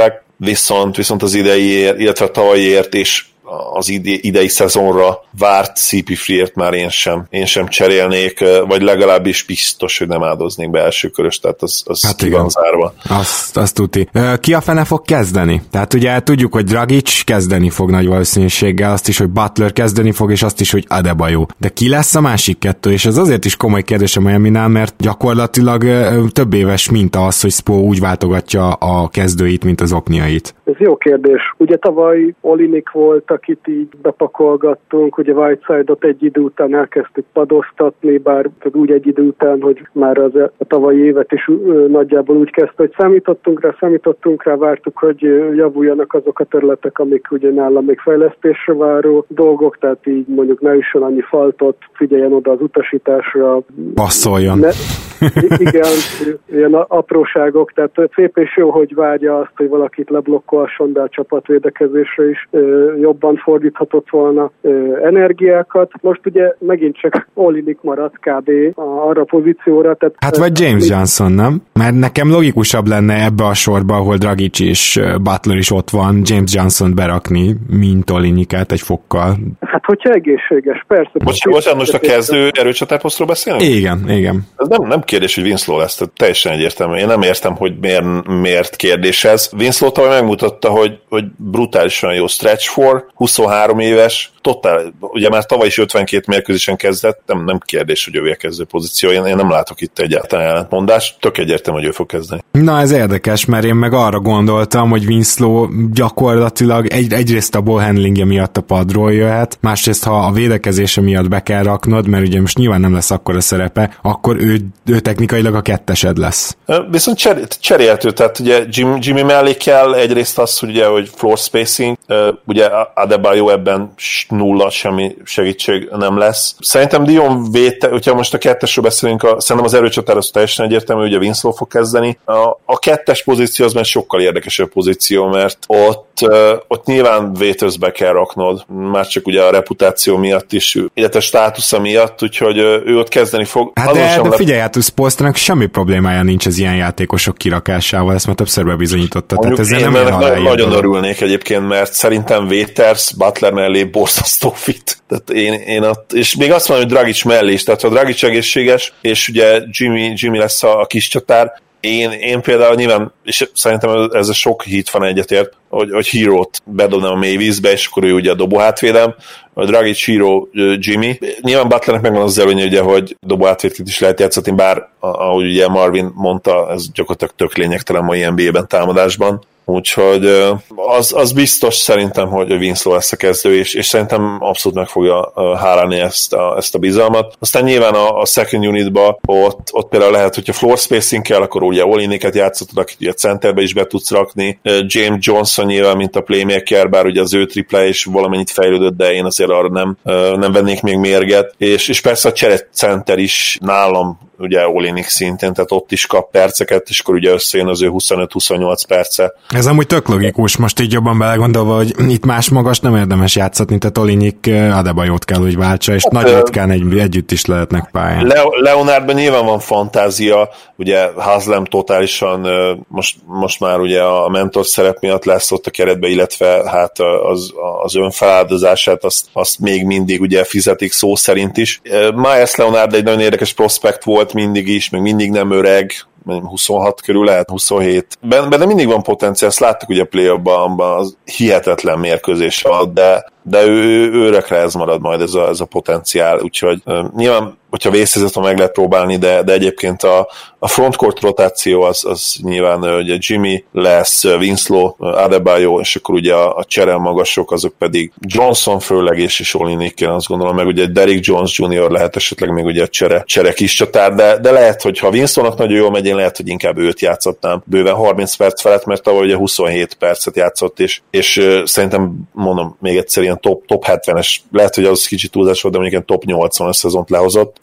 viszont, viszont az ideiért, illetve a tavalyiért és az idei szezonra várt cé pé Free-ért már én sem, én sem cserélnék, vagy legalábbis biztos, hogy nem áldoznék be első körös, tehát az, az hát ki igen. van zárva. Azt, azt tuti. Ki a fene fog kezdeni? Tehát ugye tudjuk, hogy Dragic kezdeni fog nagy valószínűséggel, azt is, hogy Butler kezdeni fog, és azt is, hogy Adebayo. De ki lesz a másik kettő? És ez azért is komoly kérdés a Miaminál, mert gyakorlatilag több éves minta az, hogy Spo úgy váltogatja a kezdőit, mint az okniait. Ez jó kérdés. Ugye tavaly Olynyk volt, akit így bepakolgattunk, ugye Whiteside-ot egy idő után elkezdtük padoztatni, bár úgy egy idő után, hogy már az a tavalyi évet is nagyjából úgy kezdte, hogy számítottunk rá, számítottunk rá, vártuk, hogy javuljanak azok a területek, amik ugye nálam még fejlesztésre váró dolgok, tehát így mondjuk ne üssön annyi faltot, figyeljen oda az utasításra. Passzoljon. Ne, igen, ilyen apróságok, tehát szép és jó, hogy várja azt, hogy valakit leblokkolhasson, de a csapatvédekezésre is ö, jobban fordíthatott volna ö, energiákat. Most ugye megint csak Olynyk maradt kb. Arra a pozícióra. Tehát, hát vagy James ö, Johnson, nem? Mert nekem logikusabb lenne ebbe a sorba, ahol Dragic és Butler is ott van, James Johnson berakni, mint Olynykát egy fokkal. Hát hogyha egészséges, persze. Bocs, bocsánat, most a kezdő erőcsatárposztról beszélünk? Igen, igen. Ez nem, nem kérdés, hogy Winslow lesz, tehát teljesen egyértelmű. Én nem értem, hogy miért, miért kérdés ez. Winslow tavaly megmutatta, hogy, hogy brutálisan jó stretch for, huszonhárom éves, totál, ugye már tavaly is ötvenkét mérkőzésen kezdett, nem, nem kérdés, hogy ő a kezdő pozíció, én, én nem látok itt egyáltalán ellentmondást, tök egyértelmű, hogy ő fog kezdeni. Na ez érdekes, mert én meg arra gondoltam, hogy Winslow gyakorlatilag egy, egyrészt a ball handlingje miatt a padról jöhet, másrészt ha a védekezése miatt be kell raknod, mert ugye most nyilván nem lesz akkora szerepe, akkor ő, ő technikailag a kettesed lesz. Viszont cser, cserélhető, tehát ugye Jim, Jimmy mellé kell egyrészt az, hogy ugye, hogy floor spacing, ugye Adebayo ebben nulla, semmi segítség nem lesz. Szerintem Dion véte, hogyha most a kettesről beszélünk, a, szerintem az erőcsatár az teljesen egyértelmű, hogy a Winslow fog kezdeni. A, a kettes pozíció az már sokkal érdekesebb pozíció, mert ott, ott nyilván vétözbe kell raknod, már csak ugye a reputáció miatt is, illetve státusza miatt, úgyhogy ő ott kezdeni fog. Hát de, de figyelj, hát Spolstrának semmi problémája nincs az ilyen játékosok kirakásával, ezt már többször bebizonyította. Tehát ezzel nem én nagyon, nagyon örülnék egyébként, mert szerintem Waiters, Butler mellé borzasztó fit. Tehát én, én ott, és még azt mondom, hogy Dragic mellé is, tehát ha Dragic egészséges, és ugye Jimmy, Jimmy lesz a, a kis csatár, Én, én például nyilván, és szerintem ez a sok hit van egyetért, hogy, hogy Hero-t bedobnám a mély vízbe, és akkor ő ugye a dobó hátvédem, a Dragic, Hero, Jimmy. Nyilván Butlernek megvan az előnye, ugye, hogy dobó hátvédként is lehet játszatni, bár ahogy ugye Marvin mondta, ez gyakorlatilag tök lényegtelen mai en bé á-ben támadásban. Úgyhogy az, az biztos szerintem, hogy Winslow lesz a kezdő, és, és szerintem abszolút meg fogja hálálni ezt a, ezt a bizalmat. Aztán nyilván a, a second unitba ott, ott például lehet, hogyha floor spacing kell, akkor ugye Olynyket játszottad, akit ugye centerbe is be tudsz rakni. James Johnson nyilván, mint a playmaker, bár ugye az ő triple is valamennyit fejlődött, de én azért arra nem, nem vennék még mérget. És, és persze a csere center is nálam ugye Olynyk szintén, tehát ott is kap perceket, és akkor ugye összejön az ő huszonöt-huszonnyolc perce. Ez amúgy tök logikus, most így jobban belegondolva, hogy itt más magas nem érdemes játszatni, tehát Olynyk Adebayót kell, hogy váltsa, és hát, nagy ritkán egy, együtt is lehetnek pályán. Le- Leonardban nyilván van fantázia, ugye Haslem totálisan most, most már ugye a mentor szerep miatt lesz ott a keretbe, illetve hát az, az önfeláldozását azt, azt még mindig ugye fizetik szó szerint is. Myers Leonard egy nagyon érdekes prospekt volt mindig is, meg mindig nem öreg, huszonhat körül lehet, huszonhét. Benne mindig van potenciál, ezt láttuk ugye a play-offban, az hihetetlen mérkőzés volt, de, de ő, ő örökre ez marad majd ez a, ez a potenciál, úgyhogy uh, nyilván, hogyha vészhelyzetre meg lehet próbálni, de, de egyébként a, a frontcourt rotáció az, az nyilván ugye Jimmy lesz, Winslow, Adebayo, és akkor ugye a, a csere magasok, azok pedig Johnson főleg, és is Olynyk, én azt gondolom, meg ugye Derrick Jones junior lehet esetleg még ugye a csere, csere kis csatár, de, de lehet, hogy ha Winstonnak nagyon jól megy, én lehet, hogy inkább őt játszottam bőven harminc perc felett, mert tavaly ugye huszonhét percet játszott, és, és uh, szerintem mondom még egyszer ilyen top, top hetvenes, lehet, hogy az kicsit túlzás volt, de mondjuk ilyen top nyolcvanas szezont lehozott,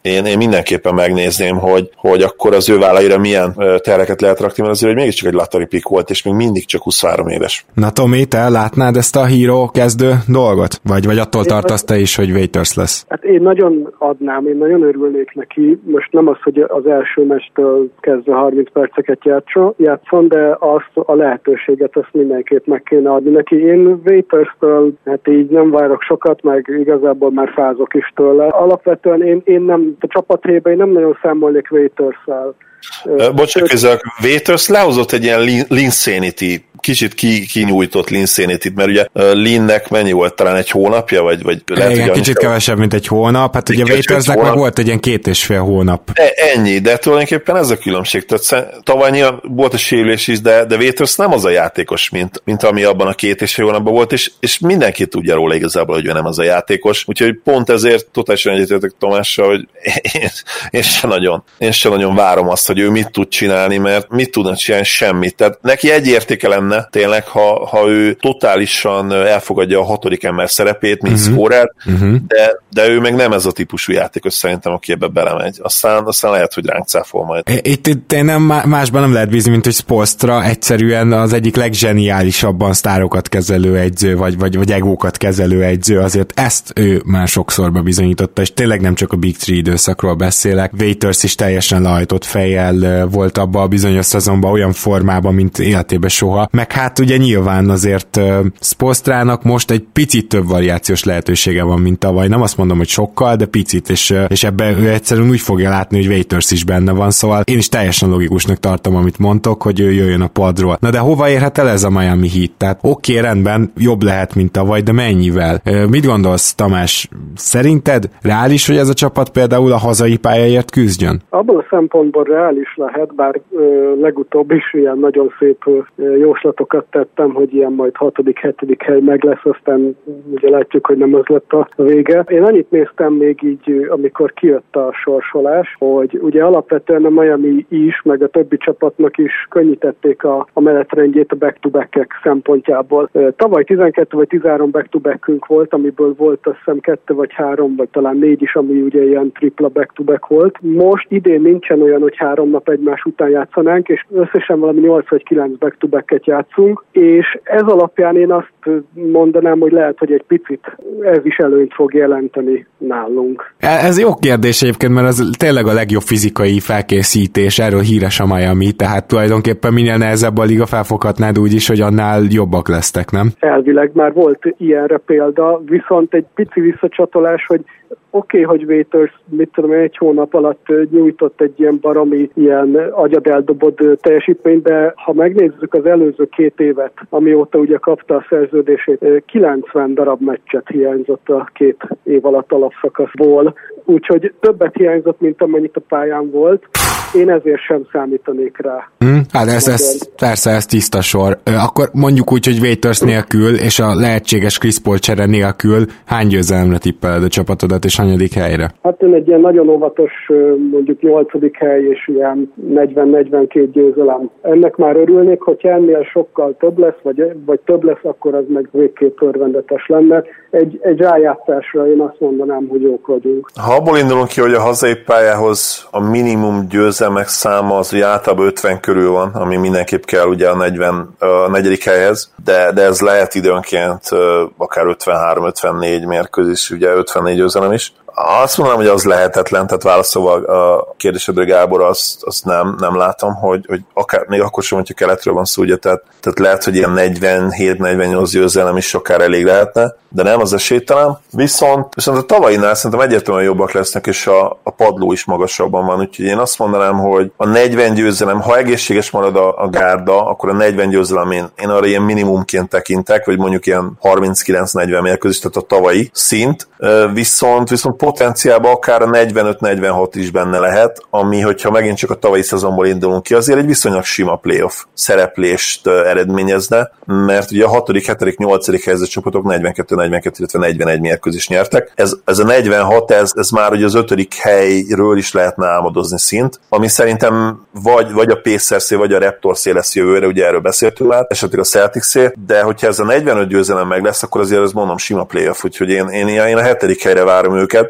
én, én mindenképpen megnézném, hogy, hogy akkor az ő vállaira milyen terheket lehet rakni, mert azért, hogy mégiscsak egy lottery pick volt, és még mindig csak huszonhárom éves. Na Tomi, te látnád ezt a híró kezdő dolgot? Vagy, vagy attól tartasz te is, hogy Waiters lesz? Hát én nagyon adnám, én nagyon örülnék neki. Most nem az, hogy az első mesttől kezdve harminc perceket játszon, de azt a lehetőséget azt mindenképp meg kéne adni neki. Én Waiters-től hát így nem várok sokat, meg igazából már fázok is tőle. Alapvetően én, én nem, a csapathelyben én nem nagyon számolnék Waiters-szel. Bocsánat, közök, Waiters lehozott egy ilyen Linsanity, kicsit ki, kinyújtott Linsanity-t, mert ugye Linnek mennyi volt, talán egy hónapja, vagy, vagy lehet, igen, kicsit kell... kevesebb, mint egy hónap, hát ugye Waitersnek meg volt egy ilyen két és fél hónap. E, ennyi, de tulajdonképpen ez a különbség. Tehát tavaly nyilván volt a sérülés is, de, de Waiters nem az a játékos, mint, mint ami abban a két és fél hónapban volt, és, és mindenki tudja róla igazából, hogy ő nem az a játékos. Úgyhogy pont ezért totálisan egyetértek Tamással, hogy én, én, sem nagyon, én sem nagyon várom azt, hogy ő mit tud csinálni, mert mit tudna csinálni, semmit. Tehát neki egy értéke lenne tényleg, ha, ha ő totálisan elfogadja a hatodik ember szerepét, mint uh-huh. scorer, uh-huh. de, de ő meg nem ez a típusú játékos szerintem, aki ebbe belemegy. Aztán, aztán lehet, hogy ránk cáfol majd. Itt, itt nem, másban nem lehet bízni, mint hogy Spoelstra egyszerűen az egyik legzseniálisabban sztárokat kezelő egyző, vagy, vagy, vagy egókat kezelő egyző, azért ezt ő már sokszor bebizonyította, és tényleg nem csak a Big Three időszakról beszélek. Waiters is teljesen lehajtott fejjel volt abban a bizonyos szezonban olyan formában, mint életében soha. Meg hát ugye nyilván azért uh, Spoelstrának most egy picit több variációs lehetősége van, mint tavaly. Nem azt mondom, hogy sokkal, de picit, és, uh, és ebben ő egyszerűen úgy fogja látni, hogy Waiters is benne van, szóval én is teljesen logikusnak tartom, amit mondtok, hogy ő jöjjön a padról. Na de hova érhet el ez a Miami Heat? Tehát oké, okay, rendben, jobb lehet, mint tavaly, de mennyivel? Uh, mit gondolsz, Tamás? Szerinted reális, hogy ez a csapat például a hazai pályáért küzdjön? Abban a szempontból reális lehet, bár ö, legutóbb is ilyen nagyon szép ö, jóslatokat tettem, hogy ilyen majd hatodik, hetedik hely meg lesz, aztán ugye látjuk, hogy nem az lett a vége. Én annyit néztem még így, amikor kijött a sorsolás, hogy ugye alapvetően a Miami is, meg a többi csapatnak is könnyítették a, a menetrendjét a back-to-back-ek szempontjából. Tavaly tizenkettő vagy tizenhárom back-to-backünk volt, amiből volt azt hiszem kettő vagy három, vagy talán négy is, ami ugye ilyen tripla back-to-back volt. Most idén nincsen olyan, hogy három nap egymás után játszanánk, és összesen valami nyolc vagy kilenc back-to-backet játszunk, és ez alapján én azt mondanám, hogy lehet, hogy egy picit ez is előnyt fog jelenteni nálunk. Ez jó kérdés egyébként, mert ez tényleg a legjobb fizikai felkészítés, erről híres a Miami, tehát tulajdonképpen minél nehezebb a liga, felfoghatnád úgy is, hogy annál jobbak lesztek, nem? Elvileg már volt ilyenre példa, viszont egy pici visszacsatolás, hogy oké, okay, hogy Waiters, mit tudom, egy hónap alatt nyújtott egy ilyen baromi, ilyen agyad eldobott teljesítményt, de ha megnézzük az előző két évet, amióta ugye kapta a szerződését, kilencven darab meccset hiányzott a két év alatt alapszakaszból, úgyhogy többet hiányzott, mint amennyit a pályán volt. Én ezért sem számítanék rá. Hmm, hát ez, ez, persze, ez tiszta sor. Akkor mondjuk úgy, hogy Waiters nélkül, és a lehetséges Chris Paul csere nélkül hány győzelemre tippeled a csapatodat, és hanyadik helyre? Hát én egy ilyen nagyon óvatos, mondjuk nyolcadik hely, és ilyen negyven-negyvenkét győzelem. Ennek már örülnék, hogyha ennél sokkal több lesz, vagy, vagy több lesz, akkor az meg végképp örvendetes lenne. Egy, egy rájátszásra én azt mondanám, hogy jók vagyunk. Ha abból indulunk ki, hogy a hazai pályához a minimum győzelmek száma az ugye általában ötven körül van, ami mindenképp kell ugye a negyven, a negyedik helyhez, de, de ez lehet időnként akár ötvenhárom ötvennégy mérkőzés, ugye ötvennégy győzelem is. Azt mondanám, hogy az lehetetlen, tehát válaszolva a kérdésedre, Gábor, azt, azt nem, nem látom, hogy, hogy akár, még akkor sem, hogyha keletről van szó, ugye, tehát, tehát lehet, hogy ilyen negyvenhét negyvennyolc győzelem is sokkal elég lehetne, de nem, az esélytelen. Viszont, viszont a tavainál szerintem egyértelműen jobbak lesznek, és a, a padló is magasabban van, úgyhogy én azt mondanám, hogy a negyven győzelem, ha egészséges marad a, a gárda, akkor a negyven győzelem én, én arra ilyen minimumként tekintek, vagy mondjuk ilyen harminckilenc negyven mérkőzés, tehát a tavalyi szint, viszont, viszont potenciálban akár a negyvenöt negyvenhat is benne lehet, ami, hogyha megint csak a tavalyi szezonból indulunk ki, azért egy viszonylag sima playoff szereplést eredményezne, mert ugye a hatodik, hetedik, nyolcadik helyzet csapatok negyvenkettő negyvenkettő, illetve negyvenegy mérkőzést nyertek. Ez, ez a negyvenhat, ez, ez már ugye az ötödik helyről is lehetne álmodozni szint, ami szerintem vagy, vagy a Pacers-é, vagy a Raptors-é lesz jövőre, ugye erről beszéltünk már, esetleg a Celtics-é, de hogyha ez a negyvenöt győzelem meg lesz, akkor azért ez mondom sima playoff, úgyhogy én, én, én a hetedik helyre várom őket.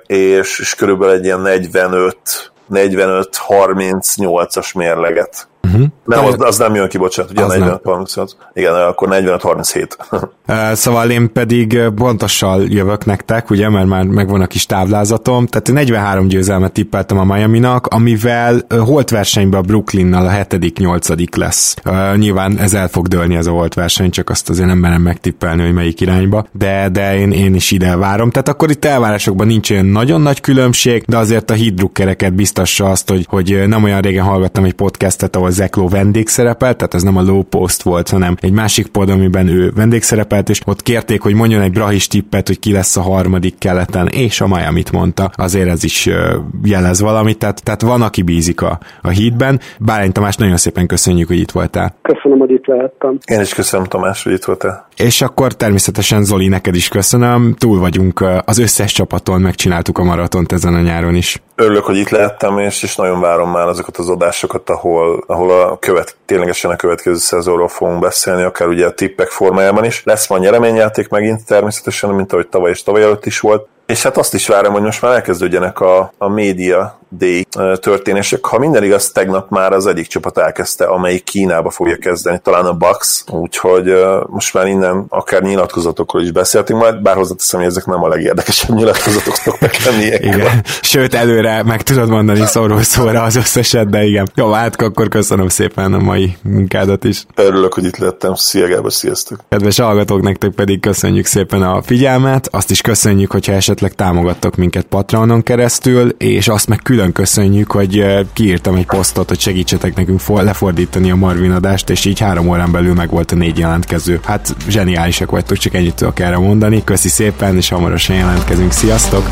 és, és körülbelül egy ilyen negyvenöt negyvenöt harmincnyolcas mérleget. Uh-huh. Nem, az, az nem jön ki, bocsánat, ugye negyvenöt harmincnyolc. Igen, akkor negyvenöt harminchét. Szóval én pedig pontossal jövök nektek, ugye, mert már megvan a kis táblázatom, tehát negyvenhárom győzelmet tippeltem a Miaminak, amivel holt versenyben a Brooklynnal a hetedik nyolcadik lesz. Uh, nyilván ez el fog dőlni ez a holt verseny, csak azt azért nem merem megtippelni, hogy melyik irányba, de, de én, én is ide várom. Tehát akkor itt elvárásokban nincs olyan nagyon nagy különbség, de azért a hitdrukkereket biztassa azt, hogy, hogy nem olyan régen hallgattam egy podcastet, ahol Zach Lowe vendégszerepelt, tehát ez nem a Low Post volt, hanem egy másik pod, amiben ő vendégszerepelt, és ott kérték, hogy mondjon egy brahis tippet, hogy ki lesz a harmadik keleten, és a Miamit mondta. Azért ez is jelez valamit, tehát, tehát van, aki bízik a, a Heatben. Bárány Tamás, nagyon szépen köszönjük, hogy itt voltál. Köszönöm, hogy itt lehettem. Én is köszönöm, Tamás, hogy itt voltál. És akkor természetesen Zoli, neked is köszönöm. Túl vagyunk az összes csapaton, megcsináltuk a maratont ezen a nyáron is. Örülök, hogy itt lehettem, és, és nagyon várom már azokat az adásokat, ahol, ahol a követ, ténylegesen a következő szezonról fogunk beszélni, akár ugye a tippek formájában is. Lesz majd nyereményjáték megint természetesen, mint ahogy tavaly és tavaly előtt is volt. És hát azt is várom, hogy most már elkezdődjenek a, a Media Day történések. Ha minden igaz, tegnap már az egyik csapat elkezdte, amelyik Kínába fogja kezdeni, talán a Bucks, úgyhogy uh, most már innen akár nyilatkozatokról is beszéltünk majd, bár hozzáteszem, hogy ezek nem a legérdekesebb nyilatkozatok szoktak lenni. Igen, sőt előre meg tudod mondani szóról szóra az összeset, de igen. Jó, hát akkor köszönöm szépen a mai munkádat is. Örülök, hogy itt lettem. Szia Gábor, sziasztok! Kedves hallgatók, nektek pedig köszönjük szépen a figyelmet, azt is köszönjük, hogyha esetleg támogattok minket Patreonon keresztül, és azt meg külön köszönjük, hogy kiírtam egy posztot, hogy segítsetek nekünk for- lefordítani a Marvin adást, és így három órán belül meg volt a négy jelentkező. Hát zseniálisak vagytok, csak ennyit tudok erre mondani. Köszi szépen, és hamarosan jelentkezünk. Sziasztok!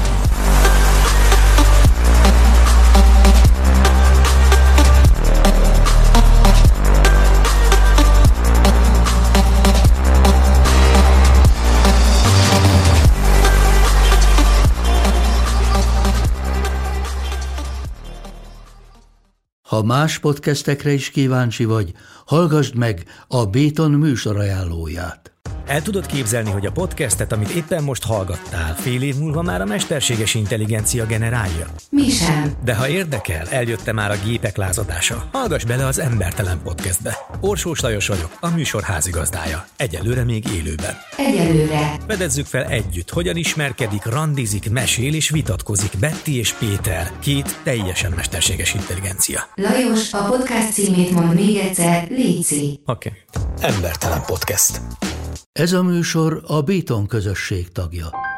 Ha más podcastekre is kíváncsi vagy, hallgassd meg a Béton műsor ajánlóját. El tudod képzelni, hogy a podcastet, amit éppen most hallgattál, fél év múlva már a mesterséges intelligencia generálja? Mi sem. De ha érdekel, eljött már a gépek lázadása. Hallgass bele az Embertelen Podcastbe. Orsós Lajos vagyok, a műsor házigazdája. Egyelőre még élőben. Egyelőre. Fedezzük fel együtt, hogyan ismerkedik, randizik, mesél és vitatkozik Betty és Péter, két teljesen mesterséges intelligencia. Lajos, a podcast címét mond még egyszer, léci. Oké. Okay. Embertelen Podcast. Ez a műsor a Béton közösség tagja.